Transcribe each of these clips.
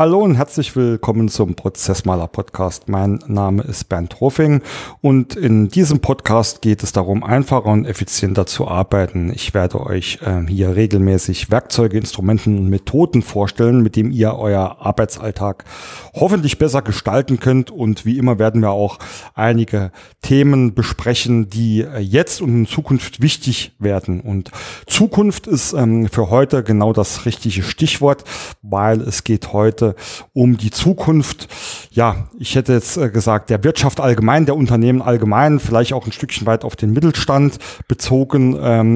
Hallo und herzlich willkommen zum Prozessmaler Podcast. Mein Name ist Bernd Rofing und in diesem Podcast geht es darum, einfacher und effizienter zu arbeiten. Ich werde euch hier regelmäßig Werkzeuge, Instrumenten und Methoden vorstellen, mit denen ihr euer Arbeitsalltag hoffentlich besser gestalten könnt. Und wie immer werden wir auch einige Themen besprechen, die jetzt und in Zukunft wichtig werden. Und Zukunft ist für heute genau das richtige Stichwort, weil es geht heute um die Zukunft, ja, ich hätte jetzt gesagt, der Wirtschaft allgemein, der Unternehmen allgemein, vielleicht auch ein Stückchen weit auf den Mittelstand bezogen.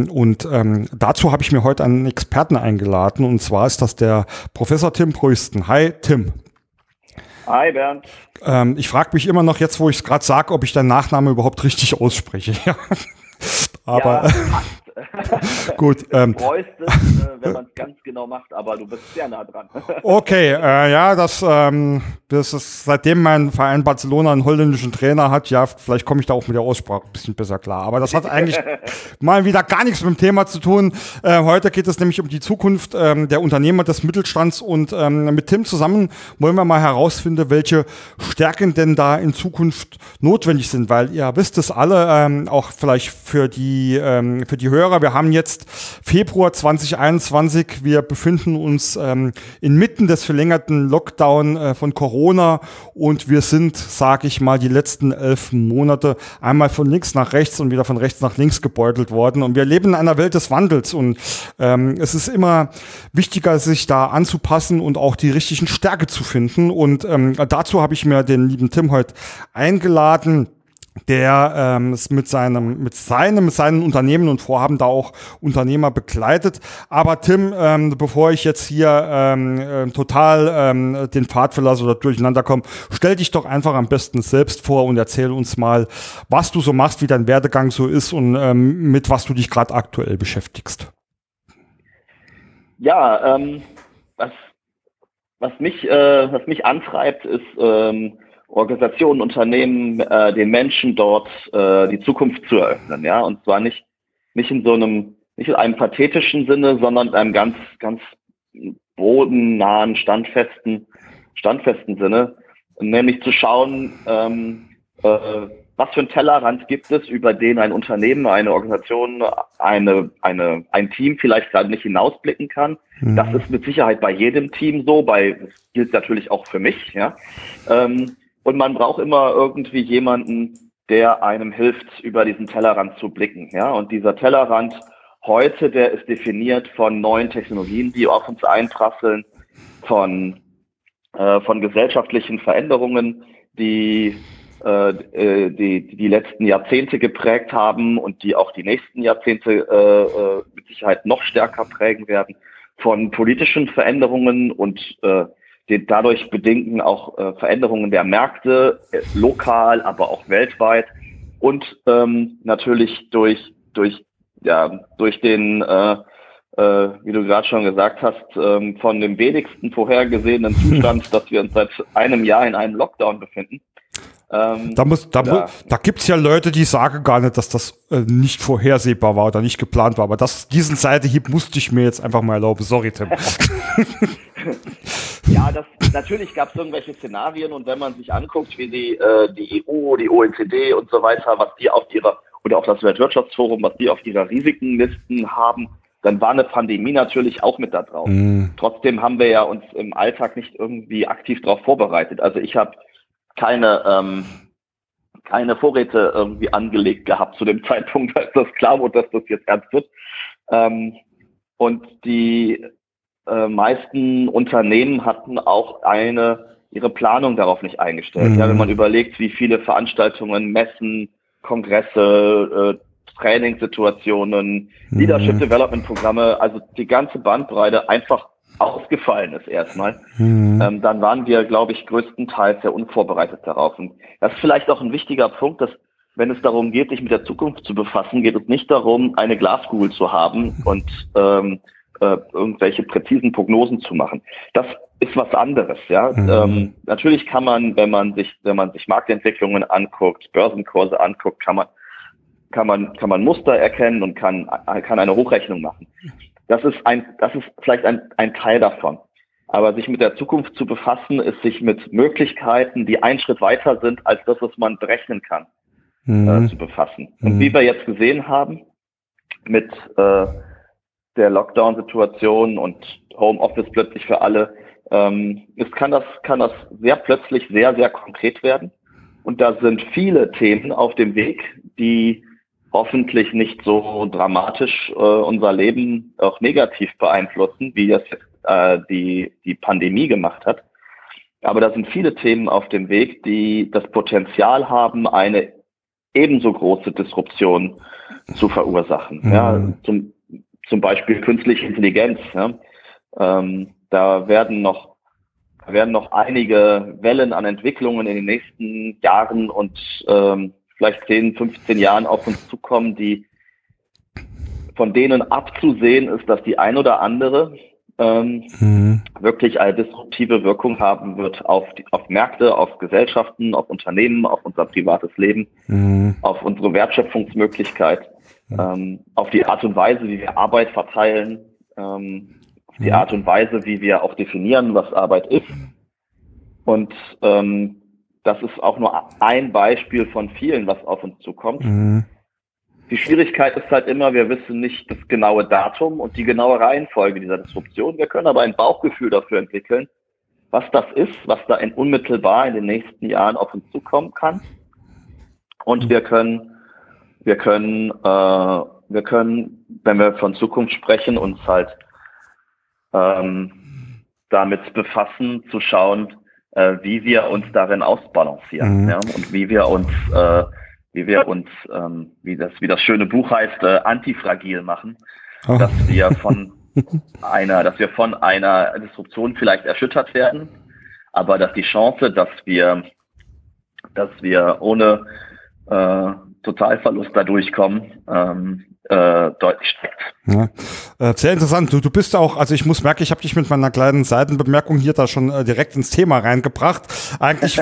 Dazu habe ich mir heute einen Experten eingeladen, und zwar ist das der Professor Tim Prösten. Hi, Tim. Hi, Bernd. Ich frage mich immer noch jetzt, wo ich es gerade sage, ob ich deinen Nachnamen überhaupt richtig ausspreche. Aber ja, gut. Du freust es, wenn man es ganz genau macht, aber du bist sehr nah dran. Okay, das ist, seitdem mein Verein Barcelona einen holländischen Trainer hat, ja, vielleicht komme ich da auch mit der Aussprache ein bisschen besser klar. Aber das hat eigentlich mal wieder gar nichts mit dem Thema zu tun. Heute geht es nämlich um die Zukunft der Unternehmer des Mittelstands, und mit Tim zusammen wollen wir mal herausfinden, welche Stärken denn da in Zukunft notwendig sind, weil ihr wisst es alle, auch vielleicht für die Hörer, wir haben jetzt Februar 2021, wir befinden uns inmitten des verlängerten Lockdown von Corona, und wir sind, sage ich mal, die letzten 11 Monate einmal von links nach rechts und wieder von rechts nach links gebeutelt worden, und wir leben in einer Welt des Wandels, und es ist immer wichtiger, sich da anzupassen und auch die richtigen Stärke zu finden, und dazu habe ich mir den lieben Tim heute eingeladen, der mit seinen Unternehmen und Vorhaben da auch Unternehmer begleitet. Aber Tim, bevor ich jetzt hier total den Pfad verlasse oder durcheinander komme, stell dich doch einfach am besten selbst vor und erzähl uns mal, was du so machst, wie dein Werdegang so ist und mit was du dich gerade aktuell beschäftigst. Ja, was mich antreibt, ist Organisationen, Unternehmen, den Menschen dort die Zukunft zu eröffnen, ja, und zwar nicht in einem pathetischen Sinne, sondern in einem ganz, ganz bodennahen, standfesten Sinne, nämlich zu schauen, was für einen Tellerrand gibt es, über den ein Unternehmen, eine Organisation, ein Team vielleicht gerade nicht hinausblicken kann. Mhm. Das ist mit Sicherheit bei jedem Team so, das gilt natürlich auch für mich, ja. Und man braucht immer irgendwie jemanden, der einem hilft, über diesen Tellerrand zu blicken, ja. Und dieser Tellerrand heute, der ist definiert von neuen Technologien, die auf uns einprasseln, von gesellschaftlichen Veränderungen, die letzten Jahrzehnte geprägt haben und die auch die nächsten Jahrzehnte mit Sicherheit noch stärker prägen werden, von politischen Veränderungen und den dadurch bedingten auch Veränderungen der Märkte, lokal, aber auch weltweit, und natürlich durch den, wie du gerade schon gesagt hast, von dem wenigsten vorhergesehenen Zustand, dass wir uns seit einem Jahr in einem Lockdown befinden. Da gibt's ja Leute, die sagen gar nicht, dass das nicht vorhersehbar war oder nicht geplant war, aber diesen Seitenhieb musste ich mir jetzt einfach mal erlauben. Sorry, Tim. Ja, natürlich gab es irgendwelche Szenarien, und wenn man sich anguckt, wie die EU, die OECD und so weiter, was die oder auch das Weltwirtschaftsforum, was die auf ihrer Risikenlisten haben, dann war eine Pandemie natürlich auch mit da drauf. Mm. Trotzdem haben wir ja uns im Alltag nicht irgendwie aktiv darauf vorbereitet. Also ich habe keine Vorräte irgendwie angelegt gehabt zu dem Zeitpunkt, als das klar wurde, dass das jetzt ernst wird. Und die meisten Unternehmen hatten auch ihre Planung darauf nicht eingestellt. Mhm. Ja, wenn man überlegt, wie viele Veranstaltungen, Messen, Kongresse, Trainingssituationen, Leadership Development Programme, also die ganze Bandbreite einfach ausgefallen ist erstmal, dann waren wir, glaube ich, größtenteils sehr unvorbereitet darauf. Und das ist vielleicht auch ein wichtiger Punkt, dass, wenn es darum geht, sich mit der Zukunft zu befassen, geht es nicht darum, eine Glaskugel zu haben und irgendwelche präzisen Prognosen zu machen. Das ist was anderes, ja. Natürlich kann man, wenn man sich Marktentwicklungen anguckt, Börsenkurse anguckt, kann man Muster erkennen und kann eine Hochrechnung machen. Das ist vielleicht ein Teil davon. Aber sich mit der Zukunft zu befassen, ist sich mit Möglichkeiten, die einen Schritt weiter sind, als das, was man berechnen kann, zu befassen. Und wie wir jetzt gesehen haben, mit der Lockdown-Situation und Homeoffice plötzlich für alle, kann das sehr plötzlich sehr, sehr konkret werden. Und da sind viele Themen auf dem Weg, die hoffentlich nicht so dramatisch unser Leben auch negativ beeinflussen, wie das jetzt die Pandemie gemacht hat. Aber da sind viele Themen auf dem Weg, die das Potenzial haben, eine ebenso große Disruption zu verursachen. Ja, zum Beispiel künstliche Intelligenz. Ja. Da werden noch einige Wellen an Entwicklungen in den nächsten Jahren und vielleicht 10, 15 Jahren auf uns zukommen, von denen abzusehen ist, dass die ein oder andere wirklich eine disruptive Wirkung haben wird auf Märkte, auf Gesellschaften, auf Unternehmen, auf unser privates Leben, auf unsere Wertschöpfungsmöglichkeit, auf die Art und Weise, wie wir Arbeit verteilen, auf die Art und Weise, wie wir auch definieren, was Arbeit ist. Und das ist auch nur ein Beispiel von vielen, was auf uns zukommt. Die Schwierigkeit ist halt immer, wir wissen nicht das genaue Datum und die genaue Reihenfolge dieser Disruption. Wir können aber ein Bauchgefühl dafür entwickeln, was das ist, was da unmittelbar in den nächsten Jahren auf uns zukommen kann. Und wir können, wenn wir von Zukunft sprechen, uns halt damit befassen, zu schauen, wie wir uns darin ausbalancieren, ja, und wie das schöne Buch heißt, antifragil machen, dass wir von einer Disruption vielleicht erschüttert werden, aber dass die Chance, dass wir ohne Totalverlust da durchkommen, deutlich steigt. Ja. Sehr interessant. Du bist auch, also ich merken, ich habe dich mit meiner kleinen Seitenbemerkung hier da schon direkt ins Thema reingebracht. Eigentlich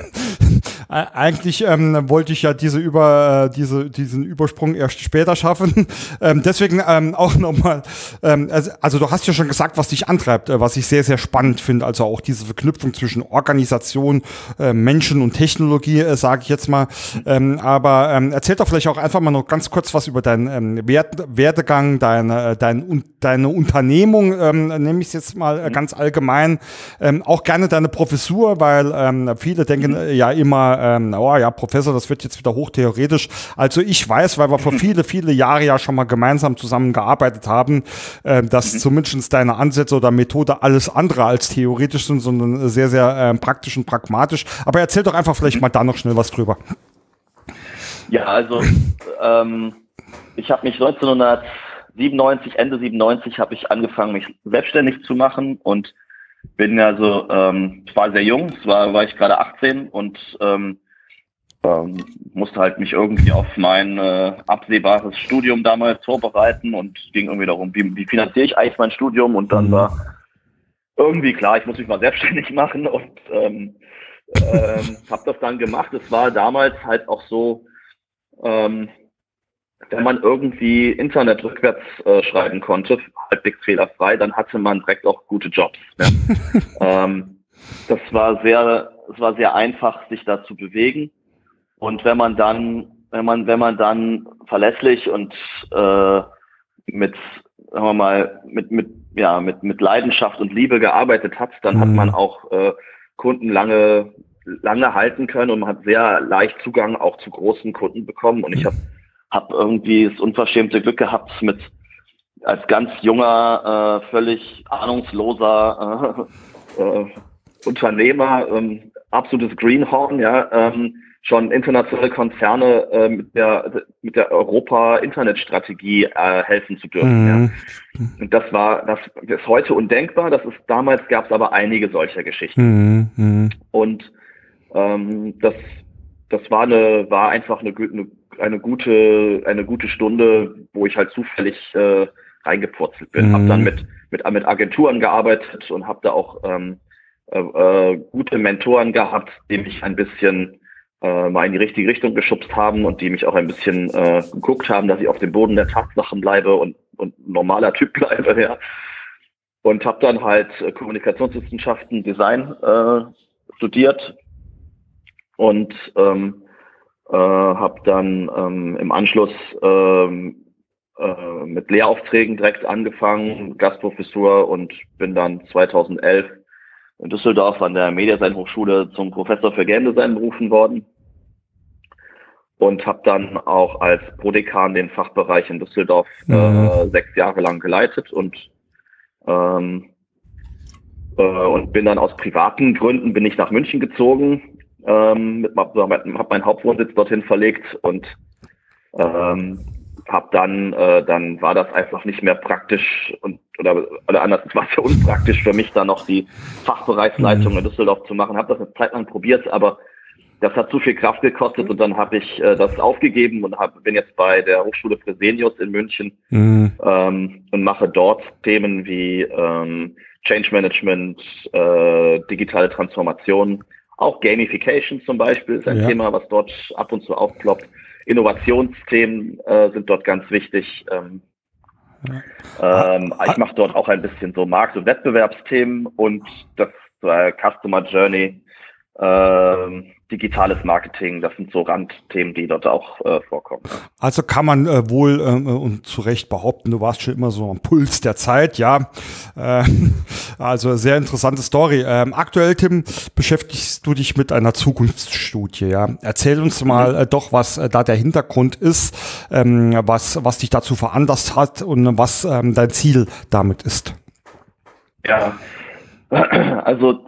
wollte ich ja diesen Übersprung erst später schaffen. Deswegen auch nochmal, also du hast ja schon gesagt, was dich antreibt, was ich sehr, sehr spannend finde. Also auch diese Verknüpfung zwischen Organisation, Menschen und Technologie, sage ich jetzt mal. Aber erzähl doch vielleicht auch einfach mal noch ganz kurz was über deinen Werdegang, deine Unternehmung, nehme ich es jetzt mal ganz allgemein. Auch gerne deine Professur, weil viele denken ja immer, Professor, das wird jetzt wieder hochtheoretisch. Also ich weiß, weil wir vor viele Jahre ja schon mal gemeinsam zusammengearbeitet haben, dass zumindest deine Ansätze oder Methode alles andere als theoretisch sind, sondern sehr, sehr praktisch und pragmatisch. Aber erzähl doch einfach vielleicht mal da noch schnell was drüber. Ja, also ich habe mich 1997, Ende 97 habe ich angefangen, mich selbstständig zu machen und bin also, ich war sehr jung, war ich gerade 18 und musste halt mich irgendwie auf mein absehbares Studium damals vorbereiten und ging irgendwie darum, wie finanziere ich eigentlich mein Studium, und dann war irgendwie klar, ich muss mich mal selbstständig machen und habe das dann gemacht. Es war damals halt auch so, wenn man irgendwie Internet rückwärts schreiben konnte, halbwegs fehlerfrei, dann hatte man direkt auch gute Jobs. Ja. Das war sehr einfach, sich da zu bewegen. Und wenn man dann verlässlich und mit Leidenschaft und Liebe gearbeitet hat, dann hat man auch Kunden lange halten können und man hat sehr leicht Zugang auch zu großen Kunden bekommen. Und ich habe irgendwie das unverschämte Glück gehabt, als ganz junger, völlig ahnungsloser Unternehmer, absolutes Greenhorn, ja, schon internationale Konzerne mit der Europa-Internetstrategie helfen zu dürfen. Ja. Und das ist heute undenkbar. Damals gab es aber einige solcher Geschichten. Und das war einfach eine gute Stunde, wo ich halt zufällig reingepurzelt bin. Hab dann mit Agenturen gearbeitet und habe da auch gute Mentoren gehabt, die mich ein bisschen mal in die richtige Richtung geschubst haben und die mich auch ein bisschen geguckt haben, dass ich auf dem Boden der Tatsachen bleibe und normaler Typ bleibe. Ja. und habe dann halt Kommunikationswissenschaften, Design studiert und habe dann im Anschluss mit Lehraufträgen direkt angefangen, Gastprofessur, und bin dann 2011 in Düsseldorf an der Mediadesign Hochschule zum Professor für Game Design berufen worden und habe dann auch als Prodekan den Fachbereich in Düsseldorf 6 Jahre lang geleitet und bin dann aus privaten Gründen bin ich nach München gezogen, habe meinen Hauptwohnsitz dorthin verlegt und dann war das einfach nicht mehr praktisch oder anders, es war sehr unpraktisch für mich, da noch die Fachbereichsleitung in Düsseldorf zu machen. Habe das eine Zeit lang probiert, aber das hat zu viel Kraft gekostet und dann habe ich das aufgegeben und bin jetzt bei der Hochschule Fresenius in München und mache dort Themen wie Change Management, digitale Transformation, auch Gamification zum Beispiel ist ein Thema, was dort ab und zu aufploppt. Innovationsthemen sind dort ganz wichtig. Ich mache dort auch ein bisschen so Markt- und Wettbewerbsthemen und das Customer Journey, digitales Marketing, das sind so Randthemen, die dort auch vorkommen. Also kann man wohl und zu Recht behaupten, du warst schon immer so am Puls der Zeit, ja. Also sehr interessante Story. Aktuell, Tim, beschäftigst du dich mit einer Zukunftsstudie, ja. Erzähl uns mal doch, was da der Hintergrund ist, was dich dazu veranlasst hat und was dein Ziel damit ist. Ja, also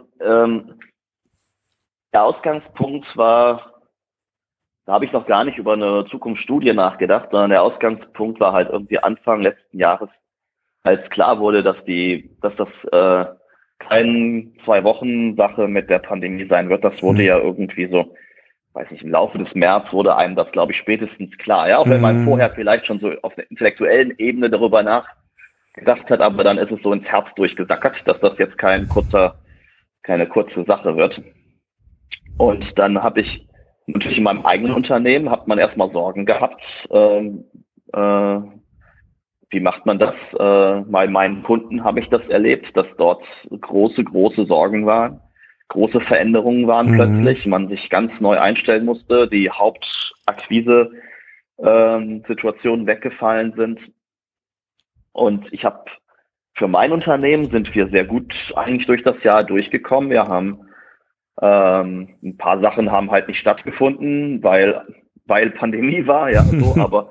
der Ausgangspunkt war, da habe ich noch gar nicht über eine Zukunftsstudie nachgedacht, sondern der Ausgangspunkt war halt irgendwie Anfang letzten Jahres, als klar wurde, dass das keine 2-Wochen-Sache mit der Pandemie sein wird. Das wurde ja irgendwie so, weiß nicht, im Laufe des März wurde einem das, glaube ich, spätestens klar. Ja, auch wenn man vorher vielleicht schon so auf der intellektuellen Ebene darüber nachgedacht hat, aber dann ist es so ins Herz durchgesackert, dass das jetzt keine kurze Sache wird. Und dann habe ich natürlich in meinem eigenen Unternehmen, hat man erstmal Sorgen gehabt. Wie macht man das? Bei meinen Kunden habe ich das erlebt, dass dort große Sorgen waren, große Veränderungen waren plötzlich, man sich ganz neu einstellen musste, die Hauptakquise-Situationen weggefallen sind. Und ich habe für mein Unternehmen sind wir sehr gut eigentlich durch das Jahr durchgekommen. Wir haben ein paar Sachen haben halt nicht stattgefunden, weil Pandemie war, ja, so, aber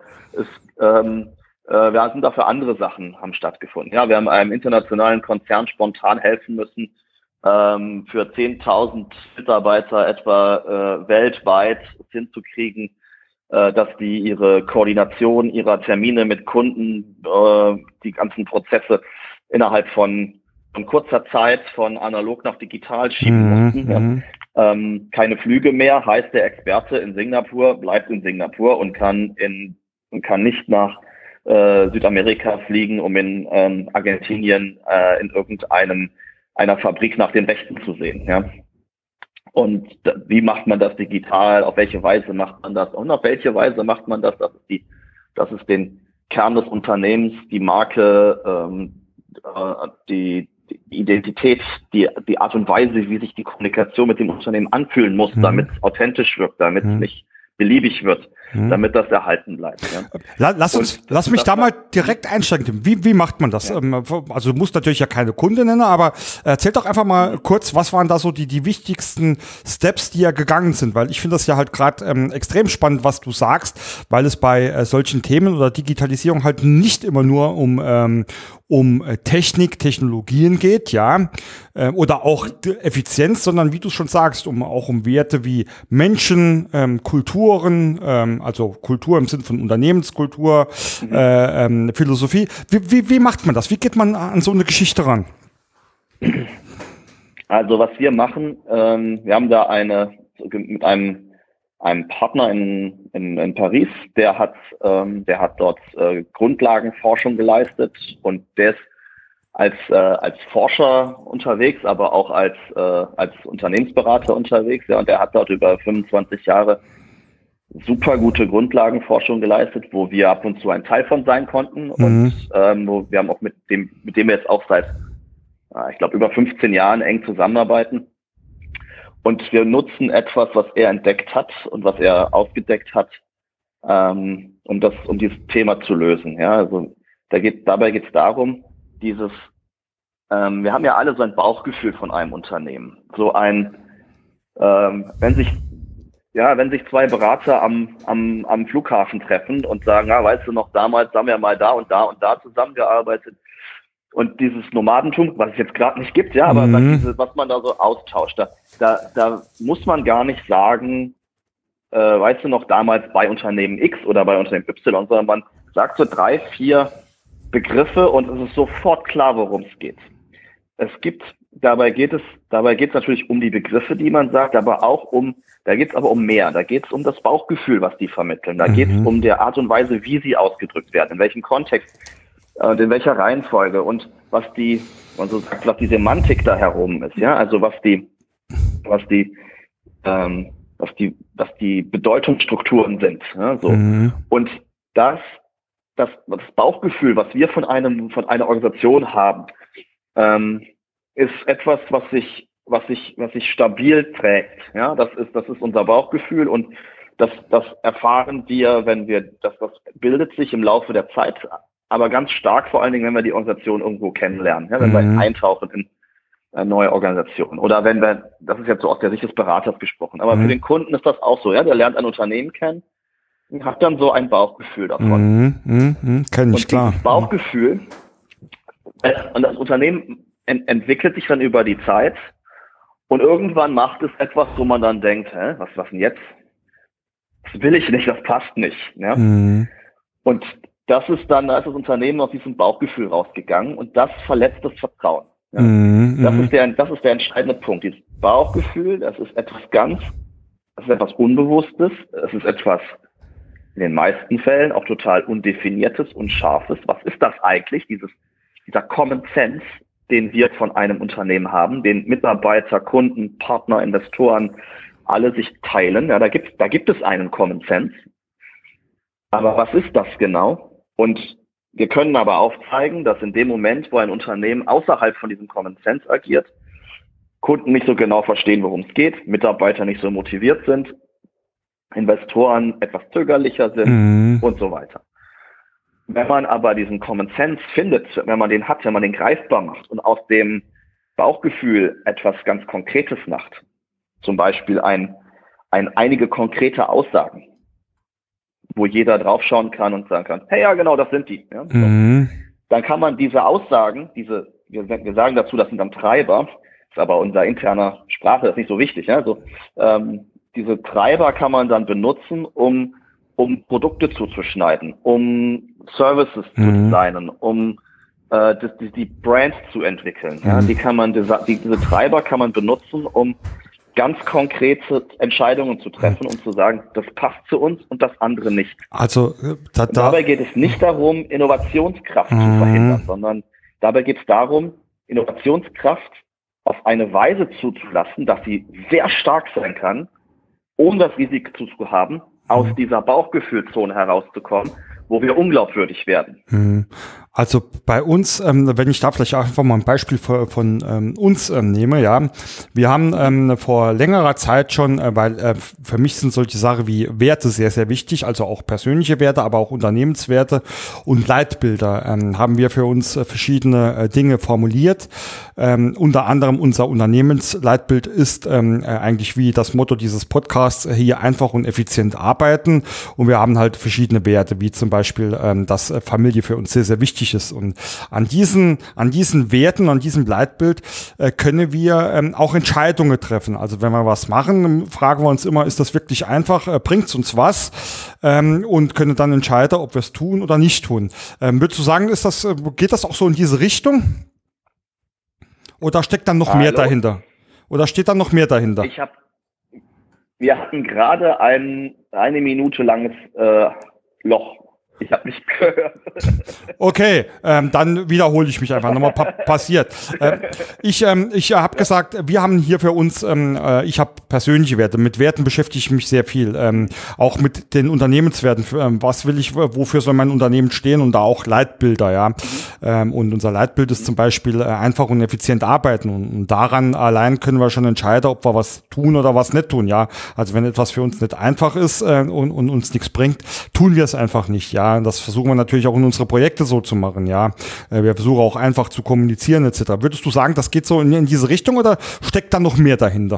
wir sind dafür andere Sachen haben stattgefunden. Ja, wir haben einem internationalen Konzern spontan helfen müssen, für 10.000 Mitarbeiter etwa weltweit hinzukriegen, dass die ihre Koordination ihrer Termine mit Kunden, die ganzen Prozesse innerhalb von kurzer Zeit von analog nach digital schieben mussten. Ja. Keine Flüge mehr, heißt der Experte in Singapur bleibt in Singapur und kann nicht nach Südamerika fliegen, um in Argentinien in einer Fabrik nach den Rechten zu sehen. Ja. Und wie macht man das digital? Auf welche Weise macht man das? Und auf welche Weise macht man das? Das ist den Kern des Unternehmens, die Marke, die Identität, die Art und Weise, wie sich die Kommunikation mit dem Unternehmen anfühlen muss, damit es authentisch wirkt, damit es nicht beliebig wird, damit das erhalten bleibt. Ja. Lass mich da mal direkt einsteigen. Wie macht man das? Ja. Also du musst natürlich ja keine Kunde nennen, aber erzähl doch einfach mal kurz, was waren da so die wichtigsten Steps, die ja gegangen sind, weil ich finde das ja halt gerade extrem spannend, was du sagst, weil es bei solchen Themen oder Digitalisierung halt nicht immer nur um Technologien geht, ja, oder auch Effizienz, sondern wie du schon sagst, auch um Werte wie Menschen, Kulturen, also Kultur im Sinne von Unternehmenskultur, Philosophie. Wie macht man das? Wie geht man an so eine Geschichte ran? Also was wir machen, wir haben da mit einem Partner in Paris, der hat dort Grundlagenforschung geleistet und der ist als Forscher unterwegs, aber auch als Unternehmensberater unterwegs, ja, und der hat dort über 25 Jahre super gute Grundlagenforschung geleistet, wo wir ab und zu ein Teil von sein konnten und wo wir haben auch mit dem wir jetzt auch seit ich glaube, über 15 Jahren eng zusammenarbeiten. Und wir nutzen etwas, was er entdeckt hat und was er aufgedeckt hat, um dieses Thema zu lösen. Ja, also dabei geht es darum, wir haben ja alle so ein Bauchgefühl von einem Unternehmen. So wenn sich zwei Berater am Flughafen treffen und sagen, weißt du noch, damals haben wir mal da und da und da zusammengearbeitet. Und dieses Nomadentum, was es jetzt gerade nicht gibt, ja, aber was man da so austauscht, da muss man gar nicht sagen, weißt du noch, damals bei Unternehmen X oder bei Unternehmen Y, sondern man sagt so 3, 4 Begriffe und es ist sofort klar, worum es geht. Dabei geht es natürlich um die Begriffe, die man sagt, da geht es aber um mehr. Da geht es um das Bauchgefühl, was die vermitteln. Da geht es um die Art und Weise, wie sie ausgedrückt werden, in welchem Kontext und in welcher Reihenfolge und was die Semantik da herum ist, ja, also was die Bedeutungsstrukturen sind, ja, so. Und das Bauchgefühl, was wir von einer Organisation haben, ist etwas, was sich stabil trägt, ja, das ist unser Bauchgefühl und das erfahren wir, das bildet sich im Laufe der Zeit, aber ganz stark vor allen Dingen, wenn wir die Organisation irgendwo kennenlernen, ja, wenn wir eintauchen in eine neue Organisation. Oder das ist jetzt so aus der Sicht des Beraters gesprochen, aber für den Kunden ist das auch so, ja, der lernt ein Unternehmen kennen und hat dann so ein Bauchgefühl davon. Kenn ich, klar. Dieses Bauchgefühl, und das Unternehmen entwickelt sich dann über die Zeit und irgendwann macht es etwas, wo man dann denkt, was denn jetzt? Das will ich nicht, das passt nicht. Ja? Und da ist das Unternehmen aus diesem Bauchgefühl rausgegangen und das verletzt das Vertrauen. Ja? Das ist der entscheidende Punkt. Dieses Bauchgefühl, das ist etwas Unbewusstes, es ist etwas in den meisten Fällen auch total Undefiniertes und Scharfes. Was ist das eigentlich, dieser Common Sense, den wir von einem Unternehmen haben, den Mitarbeiter, Kunden, Partner, Investoren alle sich teilen? Ja, da gibt es einen Common Sense. Aber was ist das genau? Und wir können aber aufzeigen, dass in dem Moment, wo ein Unternehmen außerhalb von diesem Common Sense agiert, Kunden nicht so genau verstehen, worum es geht, Mitarbeiter nicht so motiviert sind, Investoren etwas zögerlicher sind und so weiter. Wenn man aber diesen Common Sense findet, wenn man den hat, wenn man den greifbar macht und aus dem Bauchgefühl etwas ganz Konkretes macht, zum Beispiel einige konkrete Aussagen, wo jeder draufschauen kann und sagen kann, hey, ja genau, das sind die. Ja, so. Dann kann man diese Aussagen, wir sagen dazu, das sind dann Treiber, ist aber unser interner Sprache, das ist nicht so wichtig. Ja? Also, diese Treiber kann man dann benutzen, um Produkte zuzuschneiden, um Services zu designen, um die Brand zu entwickeln. Ja? Diese Treiber kann man benutzen, um ganz konkrete Entscheidungen zu treffen und zu sagen, das passt zu uns und das andere nicht. Also dabei geht es nicht darum, Innovationskraft zu verhindern, sondern dabei geht es darum, Innovationskraft auf eine Weise zuzulassen, dass sie sehr stark sein kann, ohne das Risiko zu haben, aus dieser Bauchgefühlzone herauszukommen, wo wir unglaubwürdig werden. Also bei uns, wenn ich da vielleicht einfach mal ein Beispiel von uns nehme, ja, wir haben vor längerer Zeit schon, weil für mich sind solche Sachen wie Werte sehr, sehr wichtig, also auch persönliche Werte, aber auch Unternehmenswerte und Leitbilder, haben wir für uns verschiedene Dinge formuliert. Unter anderem unser Unternehmensleitbild ist eigentlich wie das Motto dieses Podcasts, hier einfach und effizient arbeiten, und wir haben halt verschiedene Werte, wie zum Beispiel, dass Familie für uns sehr, sehr wichtig ist. Und an diesen Werten, an diesem Leitbild können wir auch Entscheidungen treffen. Also wenn wir was machen, fragen wir uns immer, ist das wirklich einfach, bringt es uns was? Und können dann entscheiden, ob wir es tun oder nicht tun. Würdest du sagen, geht das auch so in diese Richtung? Oder steckt dann noch mehr dahinter? Oder steht dann noch mehr dahinter? Wir hatten gerade ein 1 Minute langes Loch. Ich habe nicht gehört. Okay, dann wiederhole ich mich einfach nochmal passiert. Ich habe gesagt, wir haben hier für uns, ich habe persönliche Werte. Mit Werten beschäftige ich mich sehr viel. Auch mit den Unternehmenswerten. Was will ich, wofür soll mein Unternehmen stehen? Und da auch Leitbilder, ja. Und unser Leitbild ist zum Beispiel einfach und effizient arbeiten. Und daran allein können wir schon entscheiden, ob wir was tun oder was nicht tun, ja. Also wenn etwas für uns nicht einfach ist und uns nichts bringt, tun wir es einfach nicht, ja. Das versuchen wir natürlich auch in unsere Projekte so zu machen, ja. Wir versuchen auch einfach zu kommunizieren etc. Würdest du sagen, das geht so in diese Richtung oder steckt da noch mehr dahinter?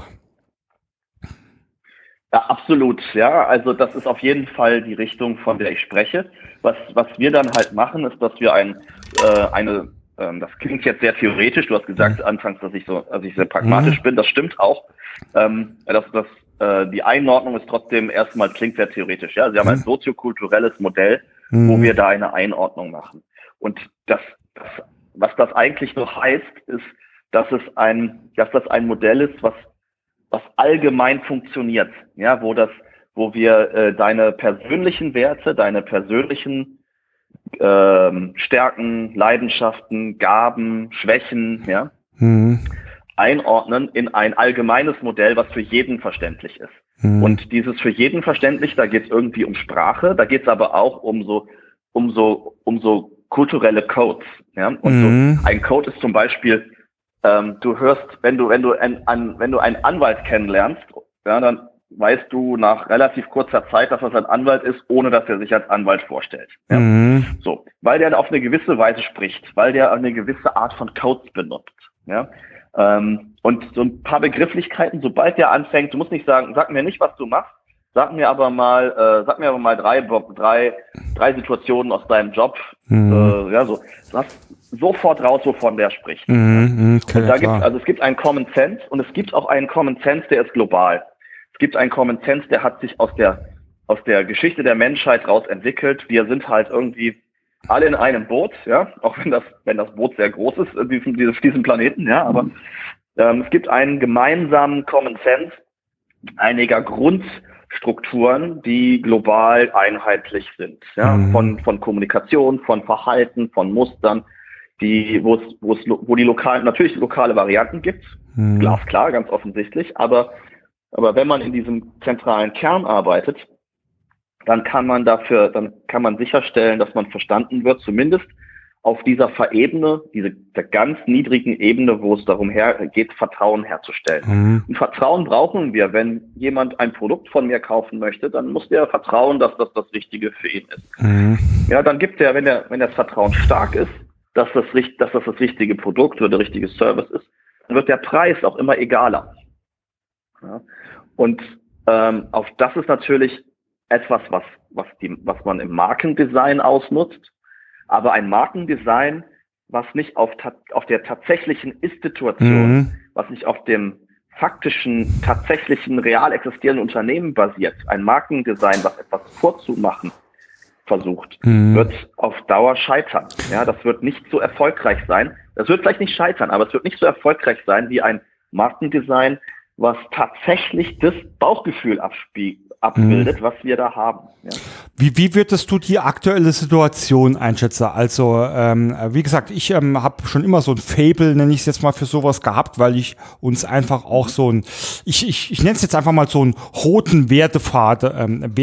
Ja, absolut, ja. Also das ist auf jeden Fall die Richtung, von der ich spreche. Was wir dann halt machen, ist, dass wir das klingt jetzt sehr theoretisch, du hast gesagt anfangs, dass ich sehr pragmatisch bin, das stimmt auch. Die Einordnung ist trotzdem erstmal, klingt sehr theoretisch, ja. Sie haben ein soziokulturelles Modell, wo wir da eine Einordnung machen. Und was das eigentlich noch heißt, ist, dass das ein Modell ist, was allgemein funktioniert, ja, wo wir deine persönlichen Werte, deine persönlichen Stärken, Leidenschaften, Gaben, Schwächen, ja, einordnen in ein allgemeines Modell, was für jeden verständlich ist. Und dieses für jeden verständlich, da geht es irgendwie um Sprache, da geht es aber auch um so kulturelle Codes. Ja? Und so ein Code ist zum Beispiel, du hörst, wenn du einen Anwalt kennenlernst, ja, dann weißt du nach relativ kurzer Zeit, dass das ein Anwalt ist, ohne dass er sich als Anwalt vorstellt. Ja? So, weil der auf eine gewisse Weise spricht, weil der eine gewisse Art von Codes benutzt. Ja? Und so ein paar Begrifflichkeiten, sobald der anfängt, du musst nicht sagen, sag mir nicht, was du machst, sag mir aber mal drei Situationen aus deinem Job, ja, so, du hast sofort raus, wovon der spricht. Okay, und es gibt einen Common Sense und es gibt auch einen Common Sense, der ist global. Es gibt einen Common Sense, der hat sich aus der Geschichte der Menschheit raus entwickelt. Wir sind halt irgendwie alle in einem Boot, ja, auch wenn das Boot sehr groß ist, auf diesem Planeten, ja, aber es gibt einen gemeinsamen Common Sense einiger Grundstrukturen, die global einheitlich sind, ja, von Kommunikation, von Verhalten, von Mustern, wo die lokale Varianten gibt, glasklar, ganz offensichtlich, aber wenn man in diesem zentralen Kern arbeitet, dann kann man sicherstellen, dass man verstanden wird, zumindest auf dieser der ganz niedrigen Ebene, wo es darum geht, Vertrauen herzustellen. Und Vertrauen brauchen wir, wenn jemand ein Produkt von mir kaufen möchte, dann muss der vertrauen, dass das das Richtige für ihn ist. Ja, dann gibt er, wenn das Vertrauen stark ist, dass das richtige Produkt oder der richtige Service ist, dann wird der Preis auch immer egaler. Ja? Und auf das ist natürlich etwas, was man im Markendesign ausnutzt, aber ein Markendesign, was nicht auf der tatsächlichen Ist-Situation, was nicht auf dem faktischen, tatsächlichen, real existierenden Unternehmen basiert, ein Markendesign, was etwas vorzumachen versucht, wird auf Dauer scheitern. Ja, das wird nicht so erfolgreich sein. Das wird vielleicht nicht scheitern, aber es wird nicht so erfolgreich sein wie ein Markendesign, was tatsächlich das Bauchgefühl abbildet, was wir da haben. Ja. Wie würdest du die aktuelle Situation einschätzen? Also, wie gesagt, ich habe schon immer so ein Faible, nenne ich es jetzt mal, für sowas gehabt, weil ich uns einfach auch ich nenne es jetzt einfach mal so einen roten Wertefaden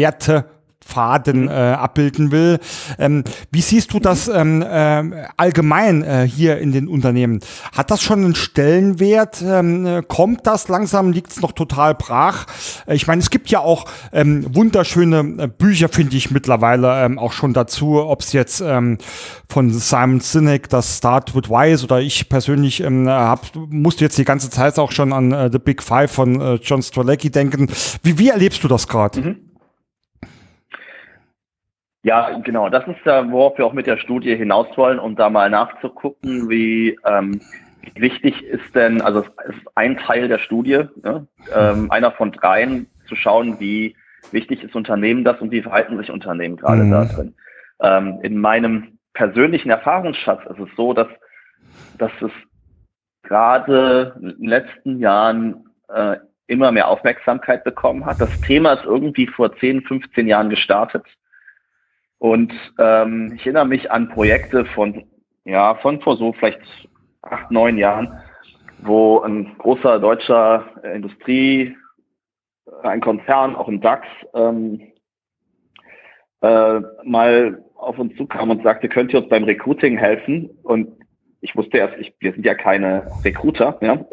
abbilden will. Wie siehst du das allgemein hier in den Unternehmen? Hat das schon einen Stellenwert? Kommt das langsam? Liegt es noch total brach? Ich meine, es gibt ja auch wunderschöne Bücher, finde ich mittlerweile auch schon dazu, ob es jetzt von Simon Sinek, das Start with Why ist, oder ich persönlich musste jetzt die ganze Zeit auch schon an The Big Five von John Strzelecki denken. Wie erlebst du das gerade? Ja, genau. Das ist da, worauf wir auch mit der Studie hinaus wollen, um da mal nachzugucken, wie wichtig ist denn, also es ist ein Teil der Studie, ja, einer von dreien, zu schauen, wie wichtig ist Unternehmen das und wie verhalten sich Unternehmen gerade da drin. In meinem persönlichen Erfahrungsschatz ist es so, dass es gerade in den letzten Jahren immer mehr Aufmerksamkeit bekommen hat. Das Thema ist irgendwie vor 10, 15 Jahren gestartet. Und ich erinnere mich an Projekte von vor so vielleicht 8, 9 Jahren, wo ein großer deutscher Industrie, ein Konzern, auch im DAX, mal auf uns zukam und sagte, könnt ihr uns beim Recruiting helfen? Und ich wusste erst, wir sind ja keine Recruiter, ja.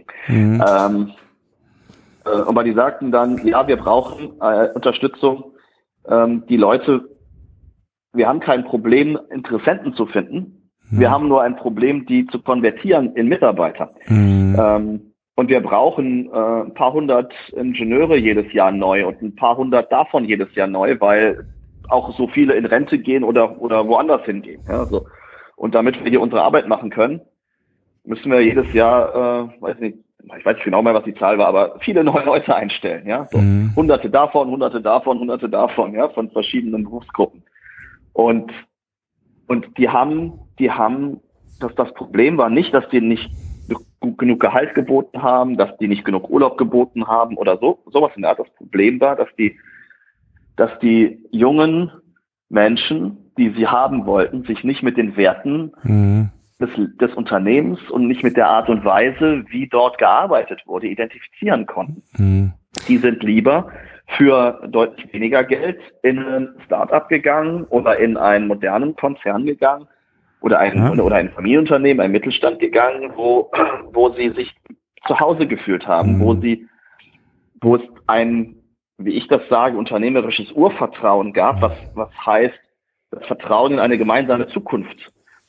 Aber die sagten dann, ja, wir brauchen Unterstützung. Die Leute, wir haben kein Problem, Interessenten zu finden. Wir haben nur ein Problem, die zu konvertieren in Mitarbeiter. Und wir brauchen ein paar hundert Ingenieure jedes Jahr neu und ein paar hundert davon jedes Jahr neu, weil auch so viele in Rente gehen oder woanders hingehen. Ja, so. Und damit wir hier unsere Arbeit machen können, müssen wir jedes Jahr, ich weiß nicht genau mehr, was die Zahl war, aber viele neue Leute einstellen. Ja, so. Hunderte davon, ja, von verschiedenen Berufsgruppen. Und die haben, das Problem war nicht, dass die nicht genug Gehalt geboten haben, dass die nicht genug Urlaub geboten haben oder sowas in der Art. Das Problem war, dass die jungen Menschen, die sie haben wollten, sich nicht mit den Werten des Unternehmens und nicht mit der Art und Weise, wie dort gearbeitet wurde, identifizieren konnten. Die sind lieber für deutlich weniger Geld in ein Start-up gegangen oder in einen modernen Konzern gegangen oder ein Familienunternehmen, ein Mittelstand gegangen, wo sie sich zu Hause gefühlt haben, wo es ein, wie ich das sage, unternehmerisches Urvertrauen gab, was heißt, das Vertrauen in eine gemeinsame Zukunft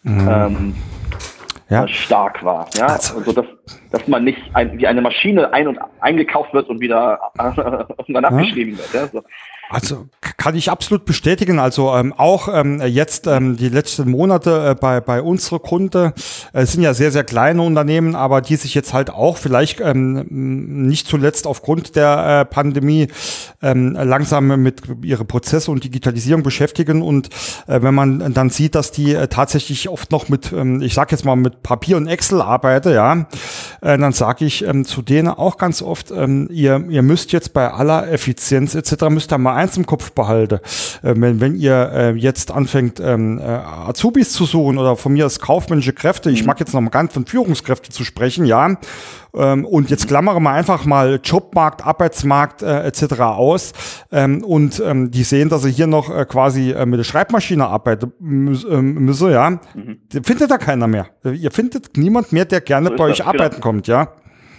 stark war. Ja? Also dass man nicht wie eine Maschine eingekauft wird und wieder irgendwann abgeschrieben wird. Ja? So. Also kann ich absolut bestätigen. Also auch jetzt die letzten Monate bei unsere Kunden sind ja sehr, sehr kleine Unternehmen, aber die sich jetzt halt auch vielleicht nicht zuletzt aufgrund der Pandemie langsam mit ihre Prozesse und Digitalisierung beschäftigen. Und wenn man dann sieht, dass die tatsächlich oft noch mit, ich sag jetzt mal, mit Papier und Excel arbeiten, ja, dann sage ich zu denen auch ganz oft, ihr müsst jetzt bei aller Effizienz etc. müsst ihr mal eins im Kopf behalte. Wenn ihr jetzt anfängt, Azubis zu suchen oder von mir aus kaufmännische Kräfte, ich mag jetzt noch mal ganz von Führungskräften zu sprechen, ja, und jetzt klammere mal einfach mal Jobmarkt, Arbeitsmarkt etc. aus und die sehen, dass sie hier noch quasi mit der Schreibmaschine arbeiten müssen, ja, findet da keiner mehr. Ihr findet niemand mehr, der gerne bei euch arbeiten kommt, ja.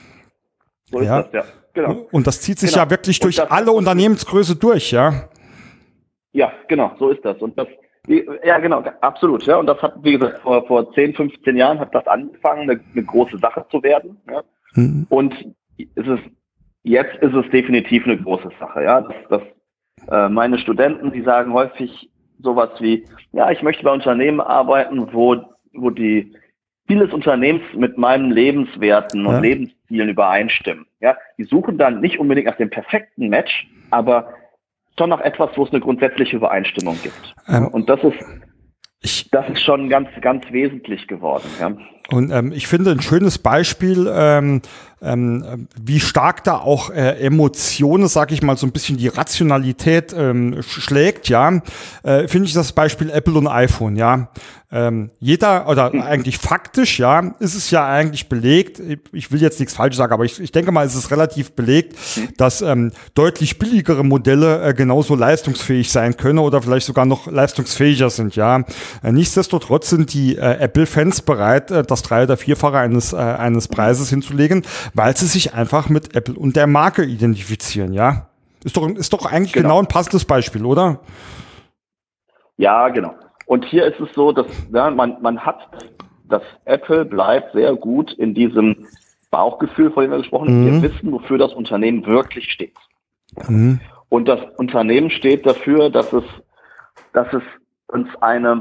So ist das, ja. Genau. Und das zieht sich ja wirklich durch alle Unternehmensgröße durch, ja? Ja, genau, so ist das. Und das, ja, genau, absolut. Ja. Und das hat, wie gesagt, vor 10, 15 Jahren hat das angefangen, eine große Sache zu werden. Ja. Und jetzt ist es definitiv eine große Sache. Ja. Meine Studenten, die sagen häufig sowas wie, ja, ich möchte bei Unternehmen arbeiten, wo vieles Unternehmens mit meinen Lebenswerten und Lebenszielen übereinstimmen. Ja, die suchen dann nicht unbedingt nach dem perfekten Match, aber schon nach etwas, wo es eine grundsätzliche Übereinstimmung gibt. Und das ist schon ganz, ganz wesentlich geworden. Ja. Und ich finde ein schönes Beispiel, wie stark da auch Emotionen, sag ich mal, so ein bisschen die Rationalität schlägt, ja, finde ich das Beispiel Apple und iPhone, ja. Jeder, oder eigentlich faktisch, ja, ist es ja eigentlich belegt, ich will jetzt nichts falsch sagen, aber ich denke mal, es ist relativ belegt, dass deutlich billigere Modelle genauso leistungsfähig sein können oder vielleicht sogar noch leistungsfähiger sind, ja. Nichtsdestotrotz sind die Apple-Fans bereit, das 3- oder 4-fache eines Preises hinzulegen, weil sie sich einfach mit Apple und der Marke identifizieren, ja. Ist doch eigentlich genau ein passendes Beispiel, oder? Ja, genau. Und hier ist es so, dass man hat, dass Apple bleibt sehr gut in diesem Bauchgefühl, von dem wir gesprochen haben. Wir wissen, wofür das Unternehmen wirklich steht. Und das Unternehmen steht dafür, dass es uns eine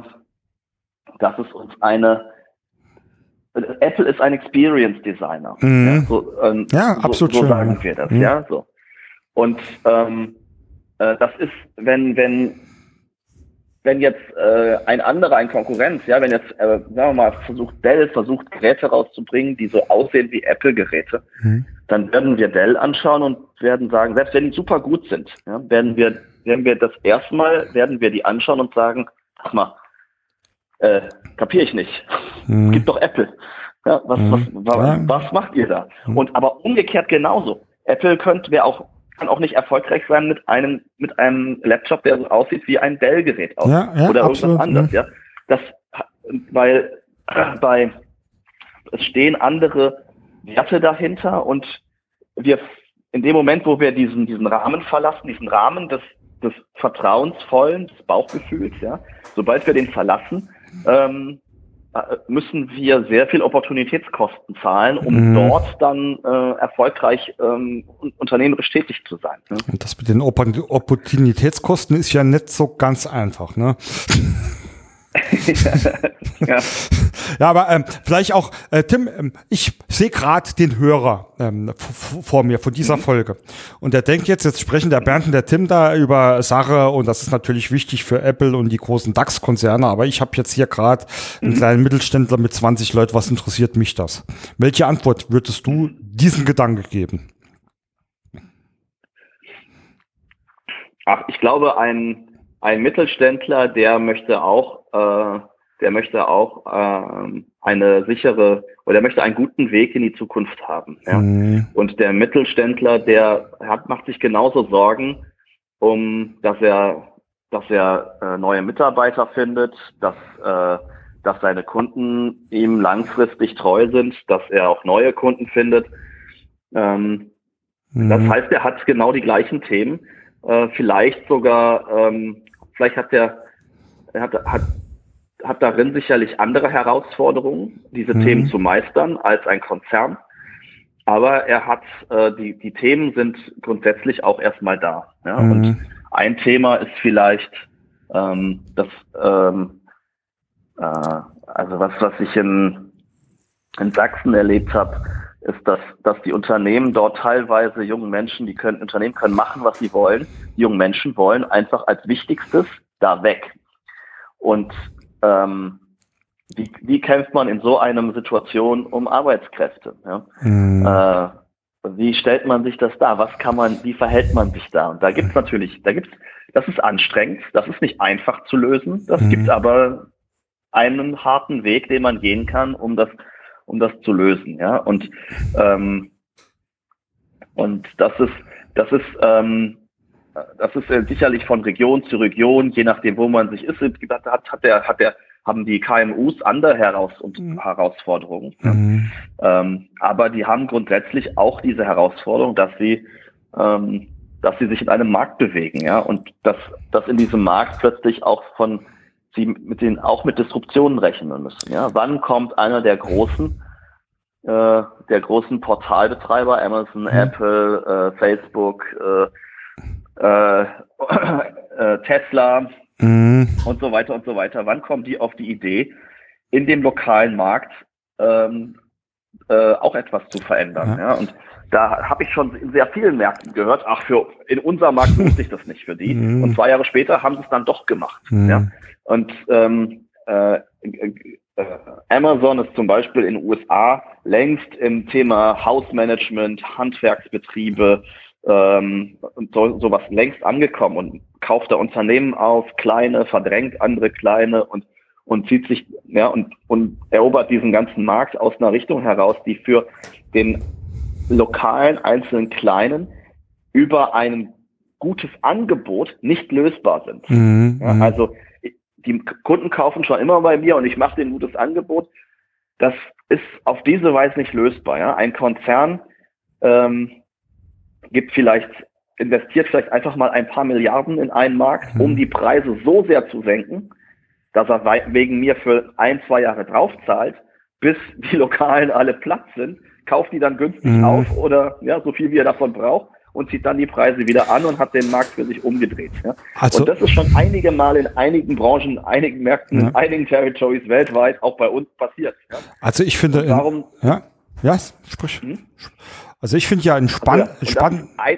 Apple ist ein Experience Designer. Absolut. So sagen wir das, ja, so. Und das ist, wenn jetzt ein Konkurrenz, ja, wenn jetzt, sagen wir mal, Dell versucht Geräte rauszubringen, die so aussehen wie Apple-Geräte, dann werden wir Dell anschauen und werden sagen, selbst wenn die super gut sind, ja, werden wir werden wir die anschauen und sagen, sag mal, kapiere ich nicht. Gibt doch Apple. Ja, was macht ihr da? Und aber umgekehrt genauso. Apple kann auch nicht erfolgreich sein mit einem Laptop, der so aussieht wie ein Dell-Gerät oder irgendwas anderes. Ja, weil es stehen andere Werte dahinter und wir in dem Moment, wo wir diesen Rahmen verlassen, diesen Rahmen des Vertrauensvollen, des Bauchgefühls, ja, sobald wir den verlassen, müssen wir sehr viel Opportunitätskosten zahlen, um dort dann erfolgreich unternehmerisch tätig zu sein. Ne? Und das mit den Opportunitätskosten ist ja nicht so ganz einfach, ne? Ja. Ja, aber vielleicht auch, Tim, ich sehe gerade den Hörer vor mir von dieser Folge. Und der denkt jetzt sprechen der Bernd und der Tim da über Sache und das ist natürlich wichtig für Apple und die großen DAX-Konzerne, aber ich habe jetzt hier gerade einen kleinen Mittelständler mit 20 Leuten, was interessiert mich das? Welche Antwort würdest du diesen Gedanke geben? Ach, ich glaube, ein Mittelständler, der möchte auch eine sichere oder der möchte einen guten Weg in die Zukunft haben. Ja? Und der Mittelständler, macht sich genauso Sorgen, dass er neue Mitarbeiter findet, dass seine Kunden ihm langfristig treu sind, dass er auch neue Kunden findet. Das heißt, er hat genau die gleichen Themen. Vielleicht hat darin sicherlich andere Herausforderungen, diese Themen zu meistern als ein Konzern. Aber er hat, die Themen sind grundsätzlich auch erstmal da. Ja? Und ein Thema ist vielleicht, was ich in Sachsen erlebt habe, ist, dass die Unternehmen dort teilweise jungen Menschen, Unternehmen können machen, was sie wollen. Die jungen Menschen wollen einfach als Wichtigstes da weg. Und wie kämpft man in so einer Situation um Arbeitskräfte? Ja? Wie stellt man sich das dar? Wie verhält man sich da? Und das ist anstrengend, das ist nicht einfach zu lösen, das gibt aber einen harten Weg, den man gehen kann, um das zu lösen, ja. Und das ist sicherlich von Region zu Region, je nachdem, wo man sich ist, haben die KMUs andere Herausforderungen. Ja. Aber die haben grundsätzlich auch diese Herausforderung, dass sie sich in einem Markt bewegen, ja, und dass in diesem Markt plötzlich auch mit Disruptionen rechnen müssen. Ja? Wann kommt einer der großen Portalbetreiber, Amazon, Apple, Facebook, Tesla und so weiter und so weiter. Wann kommen die auf die Idee, in dem lokalen Markt auch etwas zu verändern? Ja? Und da habe ich schon in sehr vielen Märkten gehört, in unserem Markt lohnt sich das nicht für die. Und 2 Jahre später haben sie es dann doch gemacht. Ja? Und Amazon ist zum Beispiel in den USA längst im Thema Hausmanagement, Handwerksbetriebe und sowas längst angekommen und kauft da Unternehmen auf, kleine, verdrängt andere kleine und zieht sich, ja, und erobert diesen ganzen Markt aus einer Richtung heraus, die für den lokalen einzelnen Kleinen über ein gutes Angebot nicht lösbar sind. Ja, also die Kunden kaufen schon immer bei mir und ich mache denen ein gutes Angebot. Das ist auf diese Weise nicht lösbar. Ja? Ein Konzern investiert vielleicht einfach mal ein paar Milliarden in einen Markt, um die Preise so sehr zu senken, dass er wegen mir für 1-2 Jahre draufzahlt, bis die Lokalen alle platt sind, kauft die dann günstig auf oder ja, so viel wie er davon braucht und zieht dann die Preise wieder an und hat den Markt für sich umgedreht. Ja? Also, und das ist schon einige Mal in einigen Branchen, in einigen Märkten, in einigen Territories weltweit auch bei uns passiert. Ja? Also ich finde, sprich. Also ich finde ja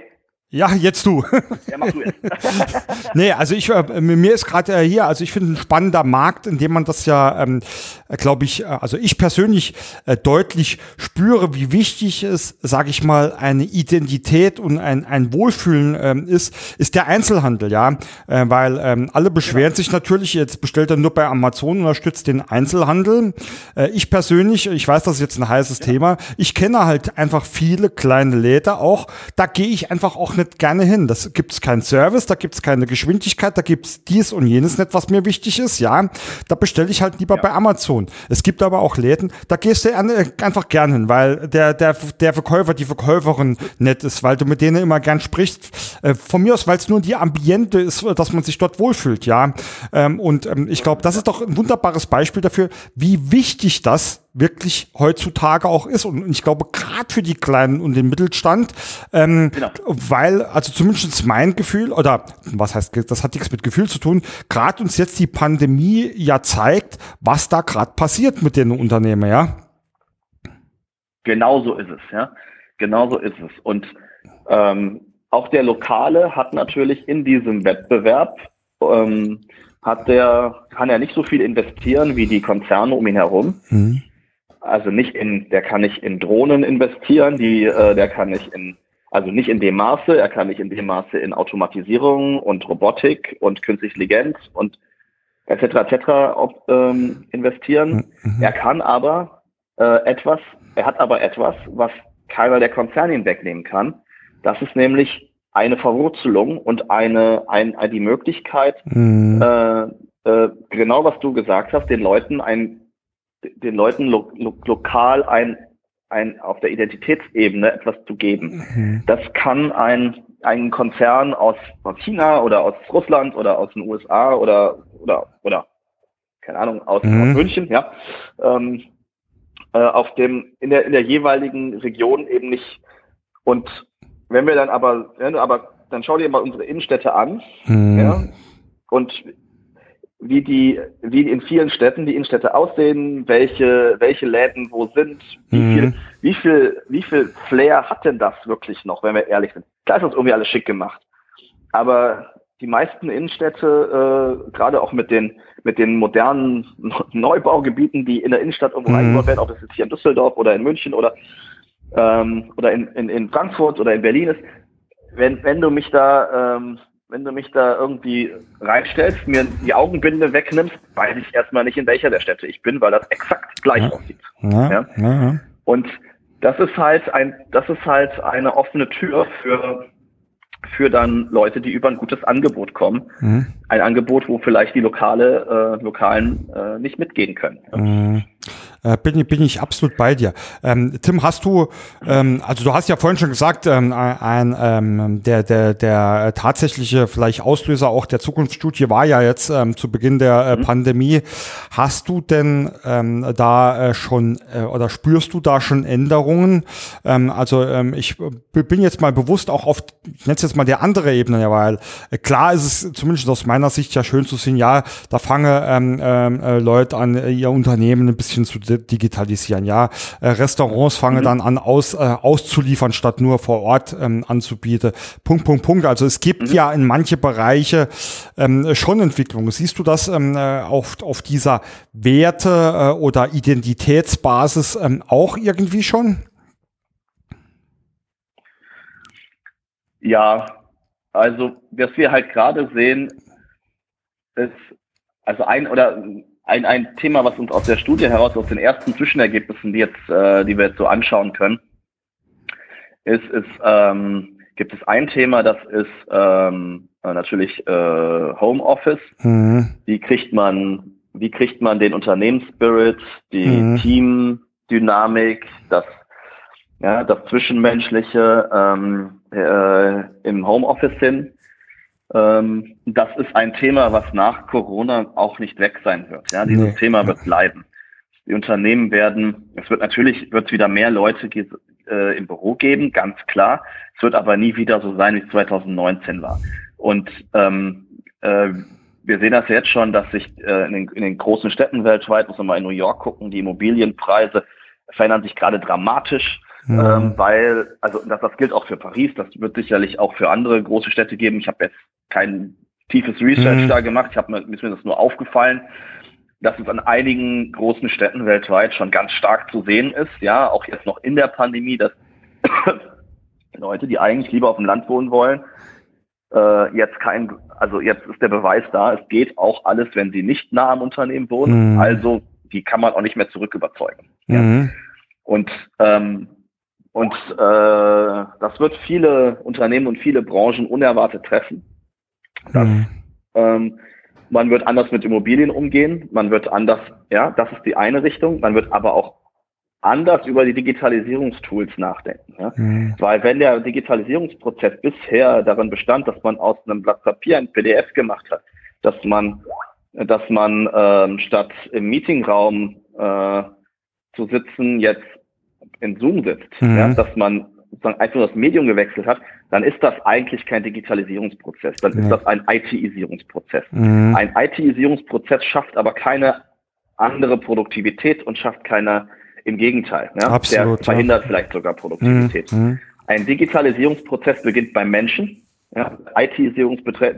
Ja, jetzt du. Ja, mach du jetzt. Nee, also mir ist gerade hier, also ich finde ein spannender Markt, in dem man das ja, glaube ich, also ich persönlich deutlich spüre, wie wichtig es, sage ich mal, eine Identität und ein Wohlfühlen ist der Einzelhandel, ja, weil alle beschweren sich natürlich, jetzt bestellt er nur bei Amazon, unterstützt den Einzelhandel. Ich persönlich, ich weiß, das ist jetzt ein heißes Thema, ich kenne halt einfach viele kleine Läden auch, da gehe ich einfach auch nicht gerne hin. Das gibt's keinen Service, da gibt's keine Geschwindigkeit, da gibt's dies und jenes nicht, was mir wichtig ist, ja. Da bestelle ich halt lieber bei Amazon. Es gibt aber auch Läden, da gehst du einfach gern hin, weil der Verkäufer, die Verkäuferin nett ist, weil du mit denen immer gern sprichst. Von mir aus, weil es nur die Ambiente ist, dass man sich dort wohlfühlt, ja. Ich glaube, das ist doch ein wunderbares Beispiel dafür, wie wichtig das wirklich heutzutage auch ist. Und ich glaube, gerade für die Kleinen und den Mittelstand, weil, also zumindest mein Gefühl, oder was heißt, das hat nichts mit Gefühl zu tun, gerade uns jetzt die Pandemie ja zeigt, was da gerade passiert mit den Unternehmen, ja? Genau so ist es, ja. Genau so ist es. Und auch der Lokale hat natürlich in diesem Wettbewerb, kann er nicht so viel investieren wie die Konzerne um ihn herum. Mhm. Also der kann nicht in Drohnen investieren, der kann nicht nicht in dem Maße, er kann nicht in dem Maße in Automatisierung und Robotik und künstliche Intelligenz und etc. investieren. Mhm. Er kann aber er hat aber etwas, was keiner der Konzerne ihn wegnehmen kann. Das ist nämlich eine Verwurzelung und die Möglichkeit, genau was du gesagt hast, den Leuten lokal auf der Identitätsebene etwas zu geben. Mhm. Das kann ein Konzern aus China oder aus Russland oder aus den USA oder keine Ahnung, aus München, ja, in der jeweiligen Region eben nicht. Und wenn dann schau dir mal unsere Innenstädte an, ja, und wie in vielen Städten die Innenstädte aussehen, welche Läden wo sind, wie viel Flair hat denn das wirklich noch, wenn wir ehrlich sind? Klar ist das irgendwie alles schick gemacht. Aber die meisten Innenstädte, gerade auch mit den modernen Neubaugebieten, die in der Innenstadt irgendwo eingebaut werden, ob das jetzt hier in Düsseldorf oder in München oder in Frankfurt oder in Berlin ist, wenn du mich da irgendwie reinstellst, mir die Augenbinde wegnimmst, weiß ich erstmal nicht, in welcher der Städte ich bin, weil das exakt gleich aussieht. Ja. Und das ist halt eine offene Tür für dann Leute, die über ein gutes Angebot kommen. Mhm. Ein Angebot, wo vielleicht die Lokalen nicht mitgehen können. Mhm. Bin ich absolut bei dir. Tim, hast du, also du hast ja vorhin schon gesagt, der tatsächliche vielleicht Auslöser auch der Zukunftsstudie war ja jetzt zu Beginn der Pandemie. Hast du denn da schon oder spürst du da schon Änderungen? Ich bin jetzt mal bewusst auch auf, ich nenne es jetzt mal der andere Ebene, ja, weil klar ist es zumindest aus meiner Sicht ja schön zu sehen, ja, da fangen Leute an, ihr Unternehmen ein bisschen zu digitalisieren, ja. Restaurants fangen dann an auszuliefern, statt nur vor Ort anzubieten. Punkt. Also es gibt ja in manche Bereiche schon Entwicklungen. Siehst du das auf dieser Werte- oder Identitätsbasis auch irgendwie schon? Ja, also was wir halt gerade sehen, ist also ein Thema, was uns aus der Studie heraus, aus den ersten Zwischenergebnissen, die wir jetzt so anschauen können, gibt es ein Thema, das ist natürlich Homeoffice. Mhm. Wie kriegt man den Unternehmensspirit, die Teamdynamik, das Zwischenmenschliche im Homeoffice hin? Das ist ein Thema, was nach Corona auch nicht weg sein wird. Ja, dieses Thema wird bleiben. Die Unternehmen es wird wieder mehr Leute im Büro geben, ganz klar. Es wird aber nie wieder so sein, wie es 2019 war. Und wir sehen das jetzt schon, dass sich in den großen Städten weltweit, muss man mal in New York gucken, die Immobilienpreise verändern sich gerade dramatisch. weil, also das gilt auch für Paris, das wird sicherlich auch für andere große Städte geben. Ich habe jetzt kein tiefes Research da gemacht, mir ist das nur aufgefallen, dass es an einigen großen Städten weltweit schon ganz stark zu sehen ist, ja, auch jetzt noch in der Pandemie, dass Leute, die eigentlich lieber auf dem Land wohnen wollen, jetzt ist der Beweis da, es geht auch alles, wenn sie nicht nah am Unternehmen wohnen, also die kann man auch nicht mehr zurück überzeugen. Ja. Und das wird viele Unternehmen und viele Branchen unerwartet treffen. Man wird anders mit Immobilien umgehen, man wird anders, ja, das ist die eine Richtung, man wird aber auch anders über die Digitalisierungstools nachdenken. Ja? Weil wenn der Digitalisierungsprozess bisher darin bestand, dass man aus einem Blatt Papier ein PDF gemacht hat, dass man statt im Meetingraum zu sitzen, jetzt in Zoom sitzt, ja? Dass man sozusagen einfach das Medium gewechselt hat, dann ist das eigentlich kein Digitalisierungsprozess, dann ist das ein IT-Isierungsprozess. Ein IT-Isierungsprozess schafft aber keine andere Produktivität und schafft keine, im Gegenteil, ja? Absolut, der verhindert vielleicht sogar Produktivität. Ein Digitalisierungsprozess beginnt beim Menschen, ja? IT-Isierungsprozess,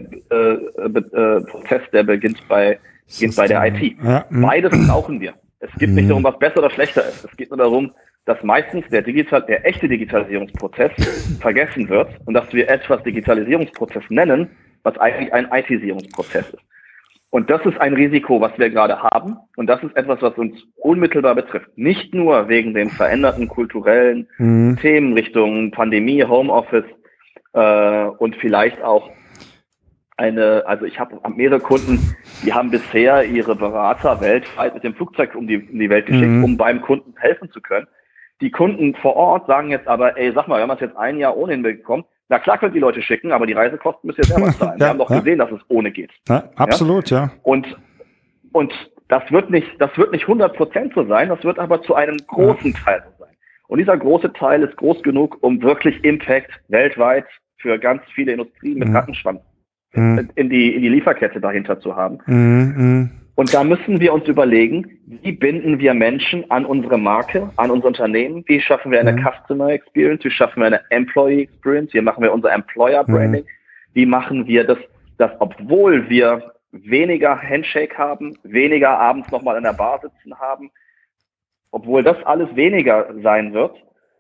der beginnt bei der IT. Ja. Beides brauchen wir. Es geht nicht darum, was besser oder schlechter ist. Es geht nur darum, dass meistens der echte Digitalisierungsprozess vergessen wird und dass wir etwas Digitalisierungsprozess nennen, was eigentlich ein IT-Isierungsprozess ist. Und das ist ein Risiko, was wir gerade haben. Und das ist etwas, was uns unmittelbar betrifft. Nicht nur wegen den veränderten kulturellen Themen Richtung Pandemie, Homeoffice und vielleicht auch ich habe mehrere Kunden, die haben bisher ihre Berater weltweit mit dem Flugzeug um die Welt geschickt, um beim Kunden helfen zu können. Die Kunden vor Ort sagen jetzt aber, sag mal, wir haben es jetzt ein Jahr ohnehin bekommen. Na klar könnt die Leute schicken, aber die Reisekosten müsst ihr selber zahlen. Wir haben doch gesehen, dass es ohne geht. Ja, absolut, ja. Und das wird nicht 100% so sein, das wird aber zu einem großen Teil so sein. Und dieser große Teil ist groß genug, um wirklich Impact weltweit für ganz viele Industrien mit Rattenschwanz in die Lieferkette dahinter zu haben. Und da müssen wir uns überlegen, wie binden wir Menschen an unsere Marke, an unser Unternehmen, wie schaffen wir eine Customer Experience, wie schaffen wir eine Employee Experience, wie machen wir unser Employer Branding, wie machen wir das, obwohl wir weniger Handshake haben, weniger abends nochmal in der Bar sitzen haben, obwohl das alles weniger sein wird,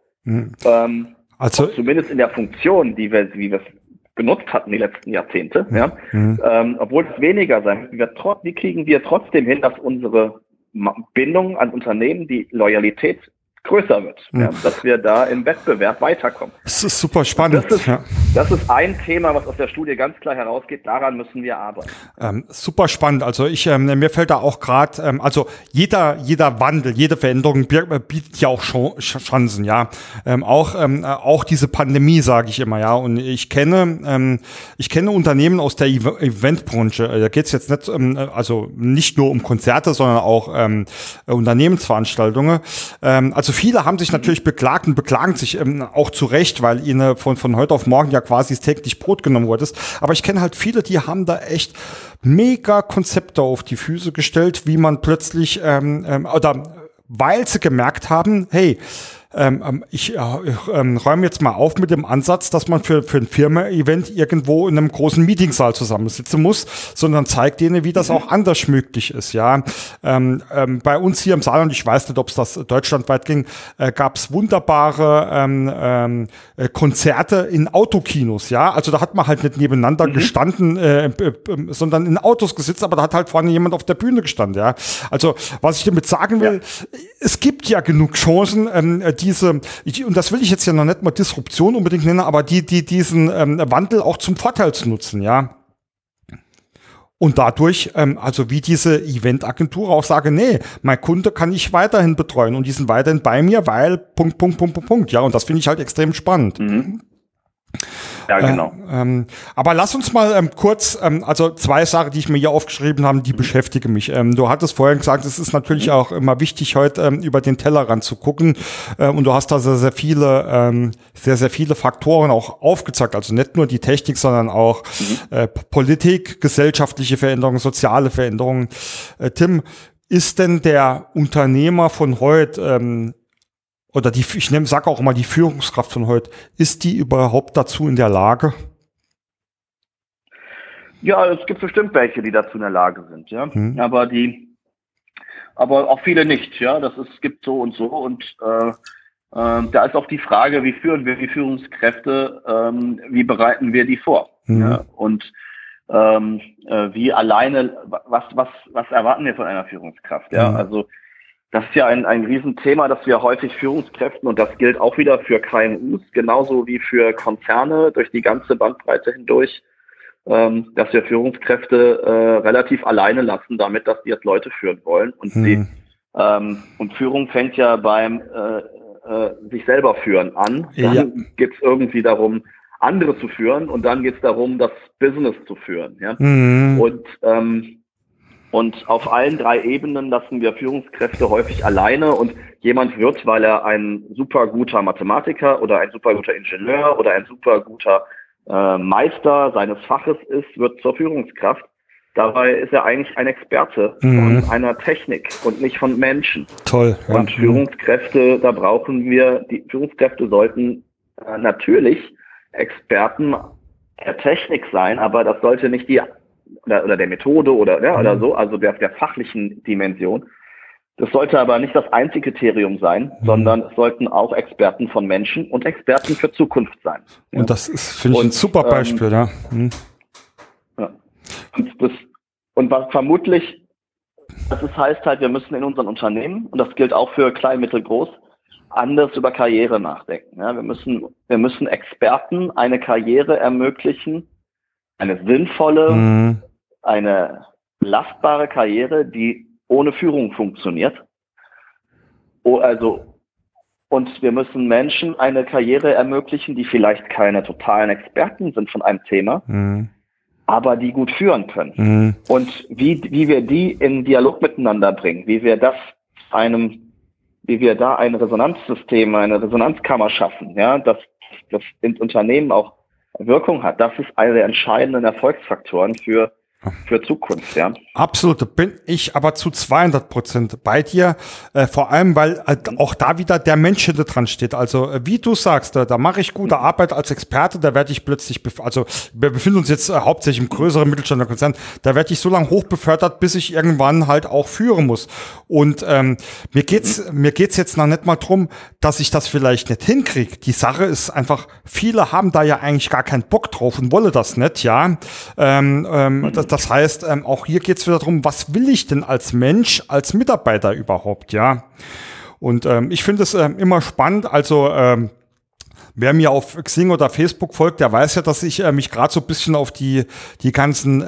also zumindest in der Funktion, wie wir es genutzt hatten die letzten Jahrzehnte, ja, obwohl es weniger sein wird, wie kriegen wir trotzdem hin, dass unsere Bindung an Unternehmen, die Loyalität größer wird, ja, dass wir da im Wettbewerb weiterkommen. Das ist super spannend. Das ist ein Thema, was aus der Studie ganz klar herausgeht, daran müssen wir arbeiten. Super spannend. Also mir fällt da auch gerade, also jeder Wandel, jede Veränderung bietet ja auch Chancen, ja. Auch diese Pandemie, sage ich immer, ja. Und ich kenne Unternehmen aus der Eventbranche. Da geht's jetzt nicht, also nicht nur um Konzerte, sondern auch Unternehmensveranstaltungen. Also viele haben sich natürlich beklagt und beklagen sich auch zu Recht, weil ihnen von heute auf morgen ja quasi das täglich Brot genommen wurde. Aber ich kenne halt viele, die haben da echt mega Konzepte auf die Füße gestellt, wie man plötzlich, oder weil sie gemerkt haben, hey, ich räume jetzt mal auf mit dem Ansatz, dass man für ein Firmen-Event irgendwo in einem großen Meetingsaal zusammensitzen muss, sondern zeigt denen, wie das auch anders möglich ist. Ja, bei uns hier im Saarland, ich weiß nicht, ob es das deutschlandweit ging, gab es wunderbare Konzerte in Autokinos. Ja, also da hat man halt nicht nebeneinander gestanden, sondern in Autos gesitzt, aber da hat halt vorne jemand auf der Bühne gestanden. Ja, also was ich damit sagen will, es gibt ja genug Chancen, und das will ich jetzt ja noch nicht mal Disruption unbedingt nennen, aber diesen Wandel auch zum Vorteil zu nutzen, ja. Und dadurch, also wie diese Eventagentur auch sage, nee, mein Kunde kann ich weiterhin betreuen und die sind weiterhin bei mir, weil Punkt, ja. Und das finde ich halt extrem spannend. Ja, genau. Aber lass uns mal kurz, also zwei Sachen, die ich mir hier aufgeschrieben habe, die beschäftigen mich. Du hattest vorhin gesagt, es ist natürlich auch immer wichtig, heute über den Tellerrand zu gucken. Und du hast da sehr viele Faktoren auch aufgezeigt. Also nicht nur die Technik, sondern auch Politik, gesellschaftliche Veränderungen, soziale Veränderungen. Tim, ist denn der Unternehmer von heute oder sag auch immer die Führungskraft von heute, ist die überhaupt dazu in der Lage? Ja, es gibt bestimmt welche, die dazu in der Lage sind, ja. Aber auch viele nicht, ja. Es gibt so und so und da ist auch die Frage, wie führen wir die Führungskräfte, wie bereiten wir die vor? Ja? Und wie alleine, was erwarten wir von einer Führungskraft? Ja, also das ist ja ein Riesenthema, dass wir häufig Führungskräften, und das gilt auch wieder für KMUs, genauso wie für Konzerne durch die ganze Bandbreite hindurch, dass wir Führungskräfte relativ alleine lassen damit, dass die jetzt Leute führen wollen. Und und Führung fängt ja beim sich selber führen an. Dann geht es irgendwie darum, andere zu führen, und dann geht es darum, das Business zu führen. Ja? Und auf allen 3 Ebenen lassen wir Führungskräfte häufig alleine, und jemand wird, weil er ein super guter Mathematiker oder ein super guter Ingenieur oder ein super guter Meister seines Faches ist, wird zur Führungskraft. Dabei ist er eigentlich ein Experte von einer Technik und nicht von Menschen. Toll. Ja. Und Führungskräfte, da brauchen wir, die Führungskräfte sollten natürlich Experten der Technik sein, aber das sollte nicht oder der Methode oder so, also der fachlichen Dimension. Das sollte aber nicht das einzige Kriterium sein, sondern es sollten auch Experten von Menschen und Experten für Zukunft sein. Und das ist, finde ich, ein super Beispiel, ja. Ja. Und was vermutlich, das heißt halt, wir müssen in unseren Unternehmen, und das gilt auch für klein, mittel, groß, anders über Karriere nachdenken. Ja, wir müssen Experten eine Karriere ermöglichen, eine sinnvolle, eine belastbare Karriere, die ohne Führung funktioniert. Und wir müssen Menschen eine Karriere ermöglichen, die vielleicht keine totalen Experten sind von einem Thema, aber die gut führen können. Und wie wir die in Dialog miteinander bringen, wie wir da ein Resonanzsystem, eine Resonanzkammer schaffen, ja, dass das ins Unternehmen auch Wirkung hat, das ist einer der entscheidenden Erfolgsfaktoren für Zukunft, ja. Absolut, bin ich aber zu 200% bei dir, vor allem, weil auch da wieder der Mensch hinter dran steht. Also wie du sagst, da mache ich gute Arbeit als Experte, da werde ich plötzlich, also wir befinden uns jetzt hauptsächlich im größeren Mittelständler Konzern, da werde ich so lange hochbefördert, bis ich irgendwann halt auch führen muss. Und mir geht's jetzt noch nicht mal drum, dass ich das vielleicht nicht hinkriege. Die Sache ist einfach, viele haben da ja eigentlich gar keinen Bock drauf und wollen das nicht, ja. Das heißt, auch hier geht es wieder darum, was will ich denn als Mensch, als Mitarbeiter überhaupt, ja? Und ich finde es immer spannend, also wer mir auf Xing oder Facebook folgt, der weiß ja, dass ich mich gerade so ein bisschen auf die ganzen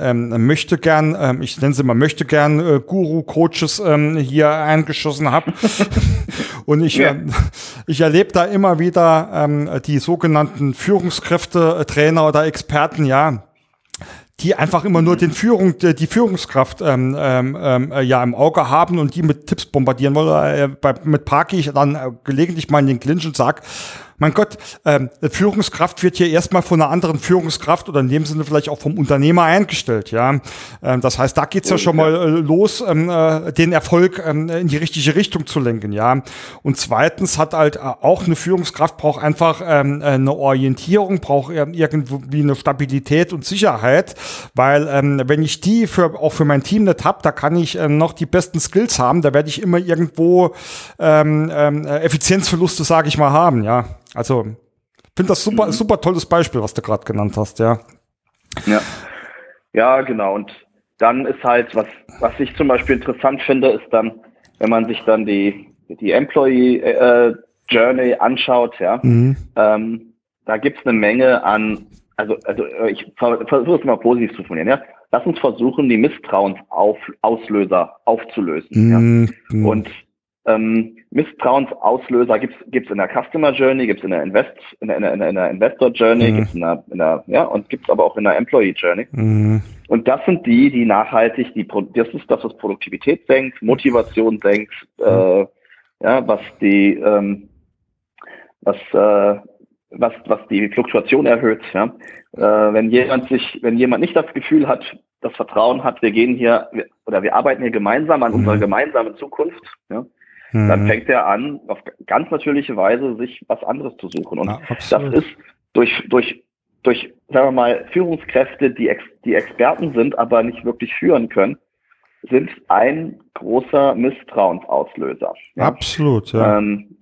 ich nenne sie mal Guru-Coaches hier eingeschossen habe. Und ich erlebe da immer wieder die sogenannten Führungskräfte, Trainer oder Experten, ja, die einfach immer nur die Führungskraft im Auge haben und die mit Tipps bombardieren wollen. Mit parke ich dann gelegentlich mal in den Clinch und sag, mein Gott, Führungskraft wird hier erstmal von einer anderen Führungskraft oder in dem Sinne vielleicht auch vom Unternehmer eingestellt, ja. Das heißt, da geht's ja schon mal los, den Erfolg in die richtige Richtung zu lenken, ja. Und zweitens hat halt auch eine Führungskraft braucht einfach eine Orientierung, braucht irgendwie eine Stabilität und Sicherheit, weil wenn ich die auch für mein Team nicht habe, da kann ich noch die besten Skills haben, da werde ich immer irgendwo Effizienzverluste, sage ich mal, haben, ja. Also, finde das super tolles Beispiel, was du gerade genannt hast, ja. Ja, genau. Und dann ist halt, was ich zum Beispiel interessant finde, ist dann, wenn man sich dann die Employee Journey anschaut, ja, da gibt es eine Menge an, also ich versuche es mal positiv zu formulieren, ja. Lass uns versuchen, die Misstrauensauslöser aufzulösen. Ja. Und Misstrauensauslöser gibt's in der Customer Journey, gibt's in der Investor Journey, gibt's und gibt's aber auch in der Employee Journey. Und das sind die nachhaltig, das ist das, was Produktivität senkt, Motivation senkt, was die Fluktuation erhöht, ja. Wenn jemand nicht das Gefühl hat, das Vertrauen hat, wir arbeiten hier gemeinsam an unserer gemeinsamen Zukunft, ja, dann fängt er an, auf ganz natürliche Weise sich was anderes zu suchen. Und das ist durch, sagen wir mal, Führungskräfte, die Experten sind, aber nicht wirklich führen können, sind ein großer Misstrauensauslöser. Ja? Absolut, ja.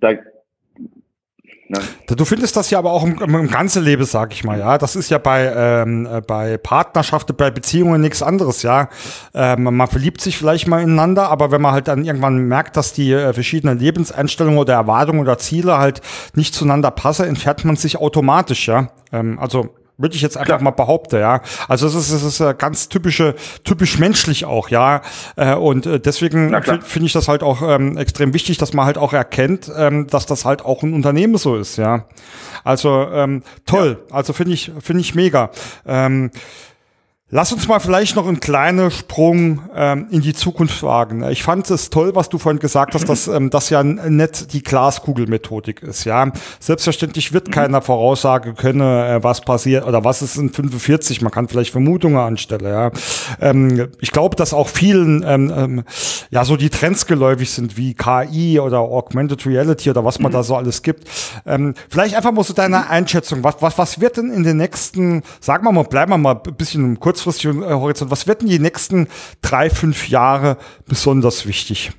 Du findest das ja aber auch im ganzen Leben, sag ich mal, ja. Das ist ja bei Partnerschaften, bei Beziehungen nichts anderes, ja. Man verliebt sich vielleicht mal ineinander, aber wenn man halt dann irgendwann merkt, dass die verschiedenen Lebenseinstellungen oder Erwartungen oder Ziele halt nicht zueinander passen, entfernt man sich automatisch, ja. Also würde ich jetzt einfach mal behaupten, ja. Also es ist ganz typisch menschlich auch, ja. Und deswegen finde ich das halt auch extrem wichtig, dass man halt auch erkennt, dass das halt auch ein Unternehmen so ist, ja. Also toll. Ja. Also finde ich mega. Lass uns mal vielleicht noch einen kleinen Sprung in die Zukunft wagen. Ich fand es toll, was du vorhin gesagt hast, dass das ja nicht die Glaskugelmethodik ist. Ja, selbstverständlich wird keiner Voraussage können, was passiert oder was ist in 45. Man kann vielleicht Vermutungen anstellen. Ja, ich glaube, dass auch vielen ja so die Trends geläufig sind wie KI oder Augmented Reality oder was man da so alles gibt. Vielleicht einfach mal so deine Einschätzung. Was wird denn in den nächsten, sagen wir mal, bleiben wir mal ein bisschen im kurzfristigen Horizont, was wird denn die nächsten 3-5 Jahre besonders wichtig?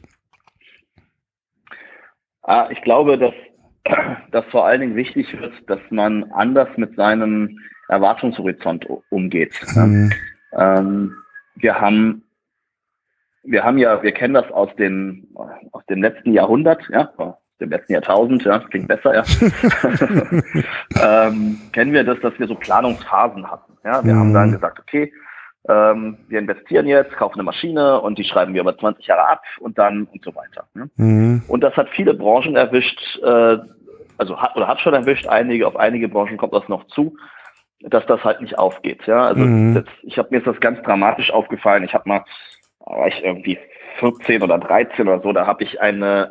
Ich glaube, dass vor allen Dingen wichtig wird, dass man anders mit seinem Erwartungshorizont umgeht. Wir kennen das aus dem letzten Jahrhundert, ja, dem letzten Jahrtausend, ja, klingt besser, ja. Kennen wir das, dass wir so Planungsphasen hatten. Ja, wir haben dann gesagt, okay, wir investieren jetzt, kaufen eine Maschine und die schreiben wir über 20 Jahre ab und dann und so weiter. Ne? Und das hat viele Branchen erwischt, hat schon erwischt, auf einige Branchen kommt das noch zu, dass das halt nicht aufgeht. Ja, also mir ist das ganz dramatisch aufgefallen. War ich irgendwie 14 oder 13 oder so, da habe ich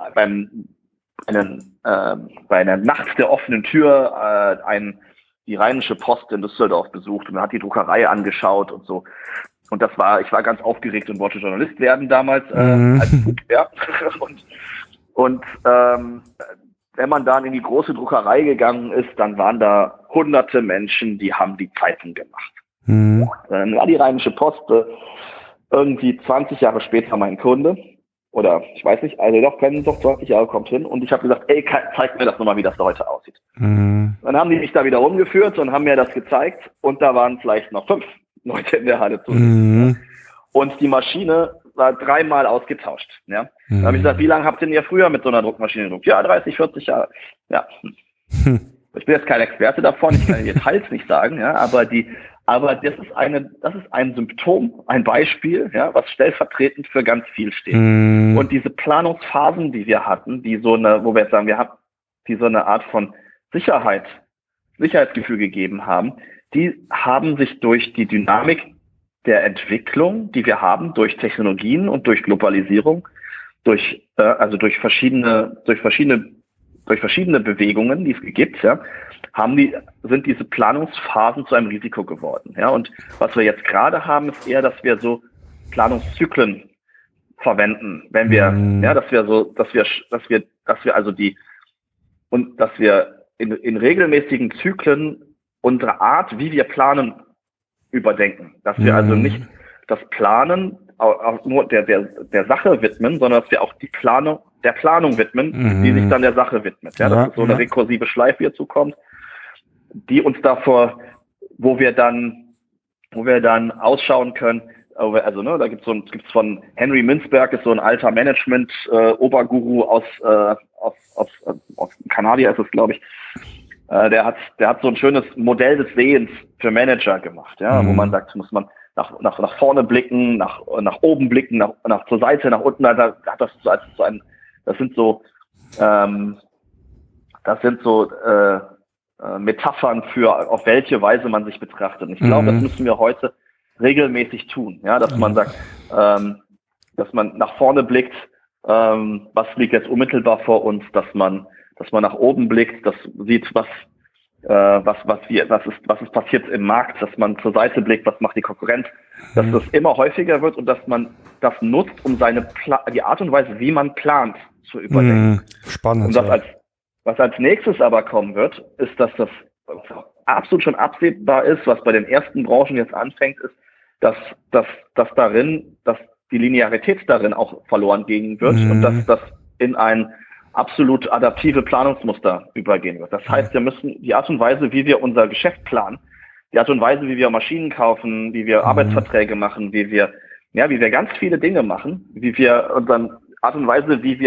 bei einer Nacht der offenen Tür die Rheinische Post in Düsseldorf besucht und man hat die Druckerei angeschaut und so. Und ich war ganz aufgeregt und wollte Journalist werden damals als Bub, ja. Und wenn man dann in die große Druckerei gegangen ist, dann waren da hunderte Menschen, die haben die Zeitung gemacht. Dann war die Rheinische Post irgendwie 20 Jahre später mein Kunde. Oder ich weiß nicht, also doch 20 Jahre kommt hin und ich habe gesagt, ey, zeig mir das nochmal, wie das da heute aussieht. Dann haben die mich da wieder rumgeführt und haben mir das gezeigt und da waren vielleicht noch 5 Leute in der Halle zu sehen. Und die Maschine war 3-mal ausgetauscht. Ja? Dann habe ich gesagt, wie lange habt ihr denn früher mit so einer Druckmaschine gedruckt? Ja, 30, 40 Jahre. Ja. Ich bin jetzt kein Experte davon, ich kann die Details nicht sagen, ja, aber das ist ein Symptom, ein Beispiel, ja, was stellvertretend für ganz viel steht. Und diese Planungsphasen, die wir hatten, wo wir jetzt sagen, die so eine Art von Sicherheitsgefühl gegeben haben, die haben sich durch die Dynamik der Entwicklung, die wir haben, durch Technologien und durch Globalisierung, durch verschiedene Bewegungen, die es gibt, ja, sind diese Planungsphasen zu einem Risiko geworden. Ja, und was wir jetzt gerade haben, ist eher, dass wir so Planungszyklen verwenden, wenn wir, dass wir in regelmäßigen Zyklen unsere Art, wie wir planen, überdenken. Dass wir also nicht das Planen auch nur der Sache widmen, sondern dass wir auch der Planung widmen, die sich dann der Sache widmet. Ja, dass so eine rekursive Schleife hierzu kommt, die uns wo wir dann ausschauen können. Also da gibt's von Henry Mintzberg, ist so ein alter Management-Oberguru aus Kanadier ist es, glaube ich. Der hat so ein schönes Modell des Sehens für Manager gemacht, ja, wo man sagt, muss man nach vorne blicken, nach oben blicken, nach zur Seite, nach unten. Das sind so Metaphern für, auf welche Weise man sich betrachtet. Und ich glaube, das müssen wir heute regelmäßig tun, ja, dass man sagt, dass man nach vorne blickt, was liegt jetzt unmittelbar vor uns, dass man nach oben blickt, das sieht, was ist passiert im Markt, dass man zur Seite blickt, was macht die Konkurrenz, dass das immer häufiger wird und dass man das nutzt, um die Art und Weise, wie man plant, zu überdenken. Spannend. Und was als nächstes aber kommen wird, ist, dass das absolut schon absehbar ist, was bei den ersten Branchen jetzt anfängt, ist, dass die Linearität darin auch verloren gehen wird und dass das in ein absolut adaptive Planungsmuster übergehen wird. Das heißt, wir müssen die Art und Weise, wie wir unser Geschäft planen, die Art und Weise, wie wir Maschinen kaufen, wie wir Arbeitsverträge machen, wie wir ganz viele Dinge machen, Art und Weise, wie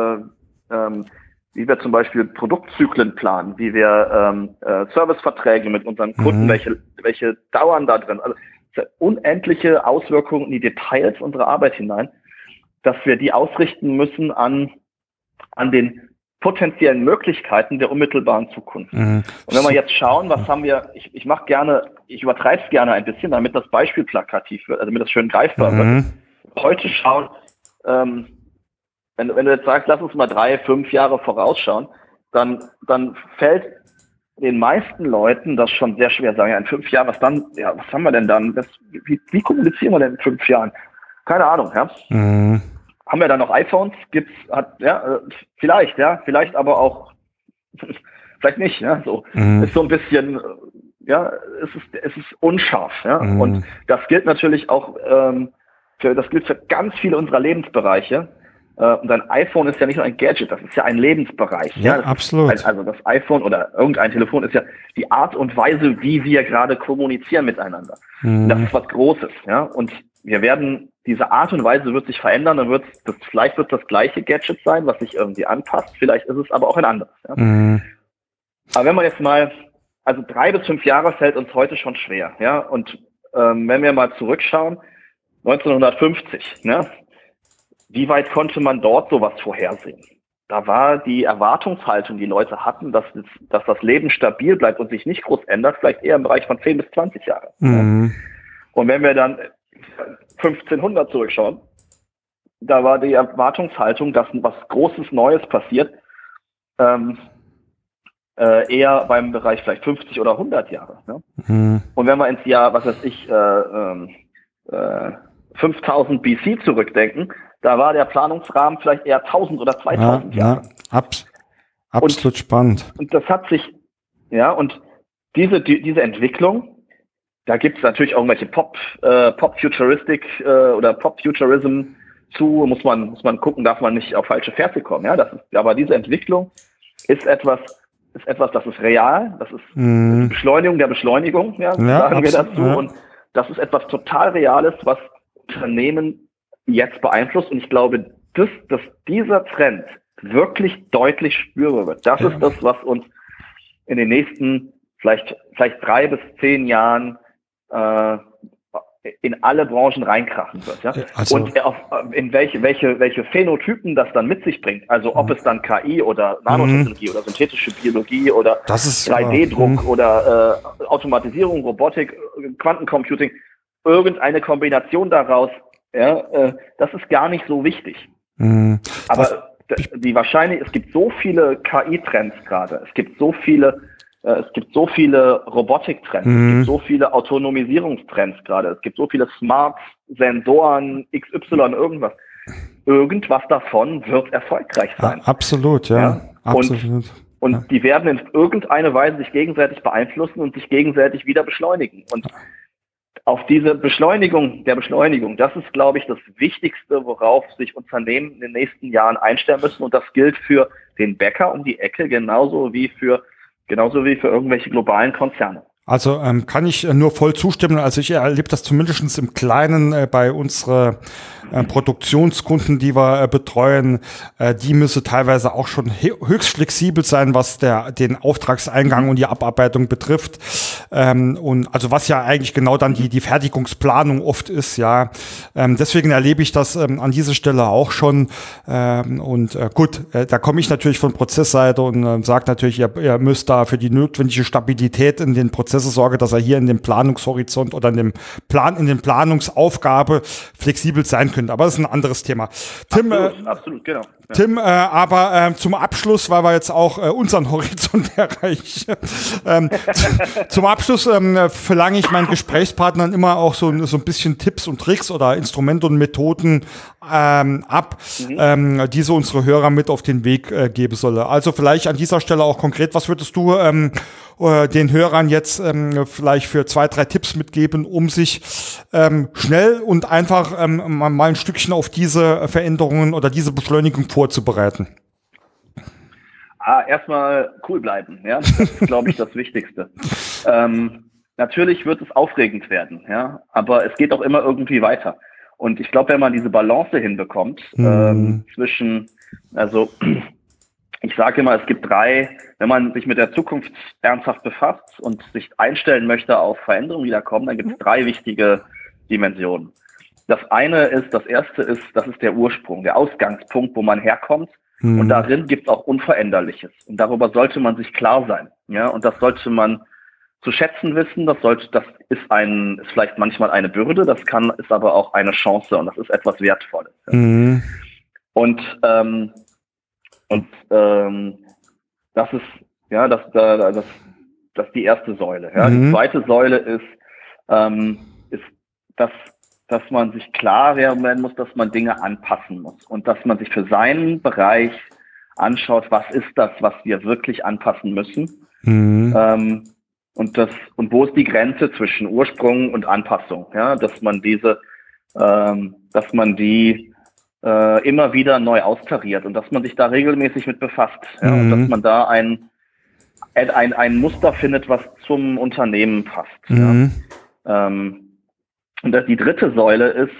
wir zum Beispiel Produktzyklen planen, wie wir Serviceverträge mit unseren Kunden, welche dauern da drin. Also unendliche Auswirkungen in die Details unserer Arbeit hinein, dass wir die ausrichten müssen an den potenziellen Möglichkeiten der unmittelbaren Zukunft. Und wenn wir jetzt schauen, was haben wir, ich übertreibe es gerne ein bisschen, damit das Beispiel plakativ wird, also damit das schön greifbar wird. Heute schauen, wenn du jetzt sagst, lass uns mal 3-5 Jahre vorausschauen, dann fällt den meisten Leuten das schon sehr schwer sagen, ja, in 5 Jahren, was haben wir denn dann? Wie kommunizieren wir denn in 5 Jahren? Keine Ahnung, ja. Haben wir da noch iPhones? Vielleicht aber auch, vielleicht nicht, ja, so. Ist so ein bisschen, ja, es ist unscharf, ja. Und das gilt natürlich auch, das gilt für ganz viele unserer Lebensbereiche. Und ein iPhone ist ja nicht nur ein Gadget, das ist ja ein Lebensbereich. Ja, absolut. Also das iPhone oder irgendein Telefon ist ja die Art und Weise, wie wir gerade kommunizieren miteinander. Das ist was Großes, ja. Und diese Art und Weise wird sich verändern, vielleicht wird das gleiche Gadget sein, was sich irgendwie anpasst, vielleicht ist es aber auch ein anderes. Ja? Aber wenn man jetzt mal, also 3 bis 5 Jahre fällt uns heute schon schwer, ja. Und wenn wir mal zurückschauen, 1950, ne? Wie weit konnte man dort sowas vorhersehen? Da war die Erwartungshaltung, die Leute hatten, dass das Leben stabil bleibt und sich nicht groß ändert, vielleicht eher im Bereich von 10 bis 20 Jahre. Und wenn wir dann 1500 zurückschauen, da war die Erwartungshaltung, dass was Großes Neues passiert, eher beim Bereich vielleicht 50 oder 100 Jahre. Ne? Und wenn wir ins Jahr, 5000 BC zurückdenken, da war der Planungsrahmen vielleicht eher 1000 oder 2000 Jahre. Absolut spannend. Und das hat sich, ja, und diese Entwicklung, da gibt es natürlich auch irgendwelche Pop-Futuristic oder Pop-Futurism zu, muss man gucken, darf man nicht auf falsche Fährte kommen. Ja, aber diese Entwicklung ist etwas, das ist real, das ist Beschleunigung der Beschleunigung, sagen wir dazu. Ja. Und das ist etwas total Reales, was Unternehmen jetzt beeinflusst. Und ich glaube, dass dieser Trend wirklich deutlich spürbar wird. Das ist das, was uns in den nächsten vielleicht 3 bis 10 Jahren in alle Branchen reinkrachen wird. Ja? Also, und in welche Phänotypen das dann mit sich bringt. Also ob es dann KI oder Nanotechnologie oder synthetische Biologie oder 3D-Druck oder Automatisierung, Robotik, Quantencomputing, irgendeine Kombination daraus, das ist gar nicht so wichtig. Aber es gibt so viele KI-Trends gerade, es gibt so viele Robotik-Trends, es gibt so viele Autonomisierungstrends gerade, es gibt so viele Smarts, Sensoren, XY, irgendwas. Irgendwas davon wird erfolgreich sein. Ja, absolut, ja. Absolut. Und die werden in irgendeine Weise sich gegenseitig beeinflussen und sich gegenseitig wieder beschleunigen. Und auf diese Beschleunigung, das ist, glaube ich, das Wichtigste, worauf sich Unternehmen in den nächsten Jahren einstellen müssen. Und das gilt für den Bäcker um die Ecke genauso wie für irgendwelche globalen Konzerne. Also kann ich nur voll zustimmen. Also ich erlebe das zumindest im Kleinen bei unseren Produktionskunden, die wir betreuen. Die müssen teilweise auch schon höchst flexibel sein, was den Auftragseingang und die Abarbeitung betrifft. Und also was ja eigentlich genau dann die Fertigungsplanung oft ist, ja. Deswegen erlebe ich das an dieser Stelle auch schon. Gut, da komme ich natürlich von Prozessseite und sage natürlich, ihr müsst da für die notwendige Stabilität in den Prozessen gewisse Sorge, dass er hier in dem Planungshorizont oder in den Planungsaufgabe flexibel sein könnte. Aber das ist ein anderes Thema. Tim, absolut, genau. Ja. Tim, aber zum Abschluss, weil wir jetzt auch unseren Horizont erreichen, zum Abschluss verlange ich meinen Gesprächspartnern immer auch so ein bisschen Tipps und Tricks oder Instrumente und Methoden ab, die so unsere Hörer mit auf den Weg geben solle. Also vielleicht an dieser Stelle auch konkret, was würdest du den Hörern jetzt vielleicht für 2, 3 Tipps mitgeben, um sich schnell und einfach mal ein Stückchen auf diese Veränderungen oder diese Beschleunigung vorzubereiten? Erstmal cool bleiben, ja. Das ist, glaube ich, das Wichtigste. Natürlich wird es aufregend werden, ja, aber es geht auch immer irgendwie weiter. Und ich glaube, wenn man diese Balance hinbekommt, zwischen, also ich sage immer, es gibt 3, wenn man sich mit der Zukunft ernsthaft befasst und sich einstellen möchte auf Veränderungen, die da kommen, dann gibt es 3 wichtige Dimensionen. Das erste ist, das ist der Ursprung, der Ausgangspunkt, wo man herkommt. Und darin gibt es auch Unveränderliches. Und darüber sollte man sich klar sein. Ja, und das sollte man zu schätzen wissen. Das ist vielleicht manchmal eine Bürde, ist aber auch eine Chance und das ist etwas Wertvolles. Ja. Und das ist, ja, das ist die erste Säule. Ja. Die zweite Säule ist, dass man sich klar werden muss, dass man Dinge anpassen muss und dass man sich für seinen Bereich anschaut, was ist das, was wir wirklich anpassen müssen, und wo ist die Grenze zwischen Ursprung und Anpassung, ja, dass man die immer wieder neu austariert und dass man sich da regelmäßig mit befasst, ja, und dass man da ein Muster findet, was zum Unternehmen passt. Ja. Und die dritte Säule ist,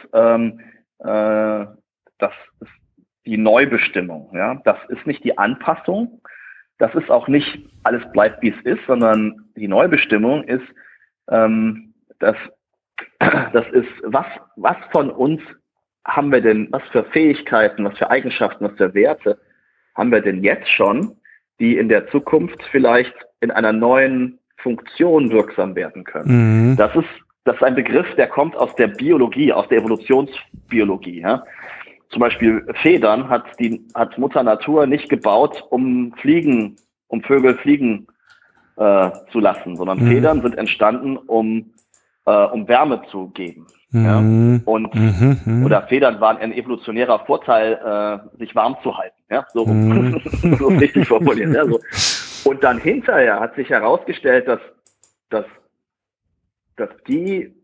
das ist die Neubestimmung. Ja? Das ist nicht die Anpassung, das ist auch nicht alles bleibt, wie es ist, sondern die Neubestimmung ist, das ist, was von uns haben wir denn, was für Fähigkeiten, was für Eigenschaften, was für Werte haben wir denn jetzt schon, die in der Zukunft vielleicht in einer neuen Funktion wirksam werden können. Das ist ein Begriff, der kommt aus der Biologie, aus der Evolutionsbiologie. Ja? Zum Beispiel Federn hat Mutter Natur nicht gebaut, um Vögel fliegen zu lassen, sondern Federn sind entstanden, um Wärme zu geben. Ja? Und oder Federn waren ein evolutionärer Vorteil, sich warm zu halten. Ja? So so ist richtig formuliert. Ja? So. Und dann hinterher hat sich herausgestellt, dass die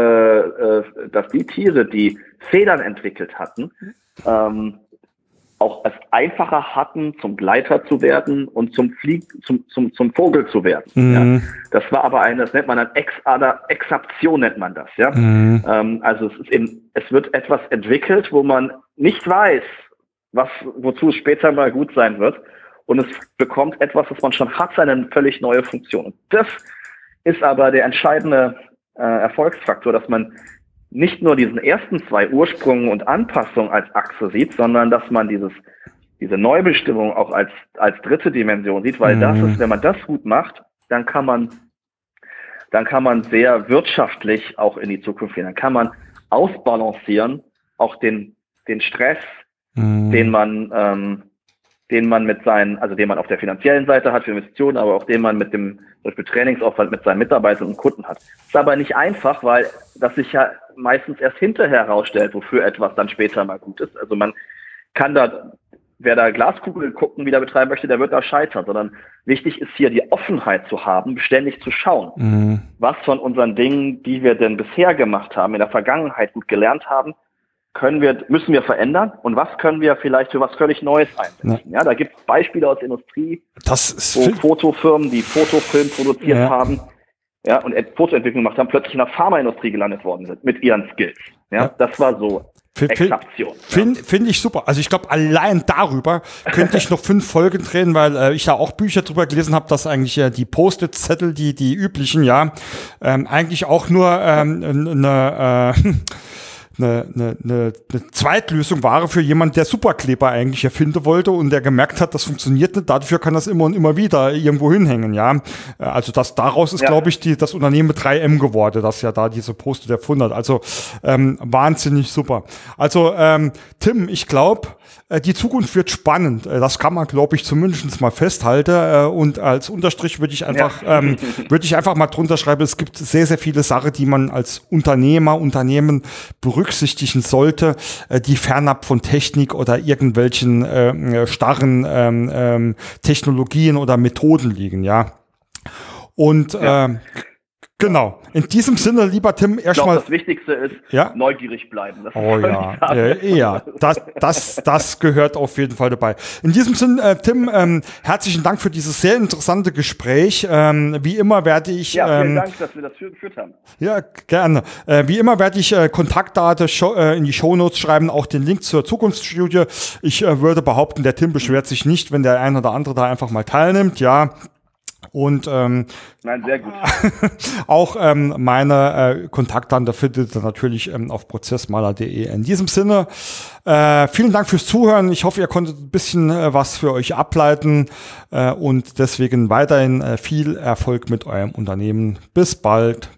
Tiere, die Federn entwickelt hatten, auch es einfacher hatten, zum Gleiter zu werden und zum Vogel zu werden. Ja. Das war aber das nennt man dann Exaption nennt man das. Ja. Also es wird etwas entwickelt, wo man nicht weiß, wozu es später mal gut sein wird, und es bekommt etwas, was man schon hat, eine völlig neue Funktion. Und das ist aber der entscheidende Erfolgsfaktor, dass man nicht nur diesen ersten 2 Ursprung und Anpassung als Achse sieht, sondern dass man diese Neubestimmung auch als dritte Dimension sieht, weil das ist, wenn man das gut macht, dann kann man sehr wirtschaftlich auch in die Zukunft gehen. Dann kann man ausbalancieren, auch den Stress, den man den man auf der finanziellen Seite hat für Investitionen, aber auch den man mit dem zum Beispiel Trainingsaufwand mit seinen Mitarbeitern und Kunden hat. Ist aber nicht einfach, weil das sich ja meistens erst hinterher herausstellt, wofür etwas dann später mal gut ist. Also man kann wer da Glaskugel gucken wieder betreiben möchte, der wird da scheitern, sondern wichtig ist hier die Offenheit zu haben, ständig zu schauen, was von unseren Dingen, die wir denn bisher gemacht haben, in der Vergangenheit gut gelernt haben, müssen wir verändern und was können wir vielleicht für was völlig Neues einsetzen. Ja, da gibt es Beispiele aus der Industrie, wo Fotofirmen, die Fotofilm produziert haben, ja, und Fotoentwicklung gemacht haben, plötzlich in der Pharmaindustrie gelandet worden sind mit ihren Skills. Ja, das war so Exaption. Finde ich super. Also ich glaube, allein darüber könnte ich noch 5 Folgen drehen, weil ich ja auch Bücher drüber gelesen habe, dass eigentlich die Post-it-Zettel, die üblichen, eigentlich auch nur eine Zweitlösung war für jemand, der Superkleber eigentlich erfinden wollte und der gemerkt hat, das funktioniert nicht, dafür kann das immer und immer wieder irgendwo hinhängen, ja. Also daraus ist, glaube ich, das Unternehmen 3M geworden, das ja da diese Post-it erfunden hat. Also wahnsinnig super. Also Tim, ich glaube, die Zukunft wird spannend. Das kann man, glaube ich, zumindest mal festhalten. Und als Unterstrich würde ich einfach mal drunter schreiben, es gibt sehr, sehr viele Sachen, die man als Unternehmen berücksichtigen sollte, die fernab von Technik oder irgendwelchen starren Technologien oder Methoden liegen, ja. Und genau. In diesem Sinne, lieber Tim, erstmal. Das Wichtigste ist, neugierig bleiben. Das gehört auf jeden Fall dabei. In diesem Sinne, Tim, herzlichen Dank für dieses sehr interessante Gespräch. Wie immer werde ich. Vielen Dank, dass wir das geführt haben. Ja, gerne. Wie immer werde ich Kontaktdaten in die Shownotes schreiben, auch den Link zur Zukunftsstudie. Ich würde behaupten, der Tim beschwert sich nicht, wenn der ein oder andere da einfach mal teilnimmt, ja. Und nein, sehr gut. auch meine Kontaktdaten, da findet ihr natürlich auf prozessmaler.de. In diesem Sinne, vielen Dank fürs Zuhören. Ich hoffe, ihr konntet ein bisschen was für euch ableiten und deswegen weiterhin viel Erfolg mit eurem Unternehmen. Bis bald.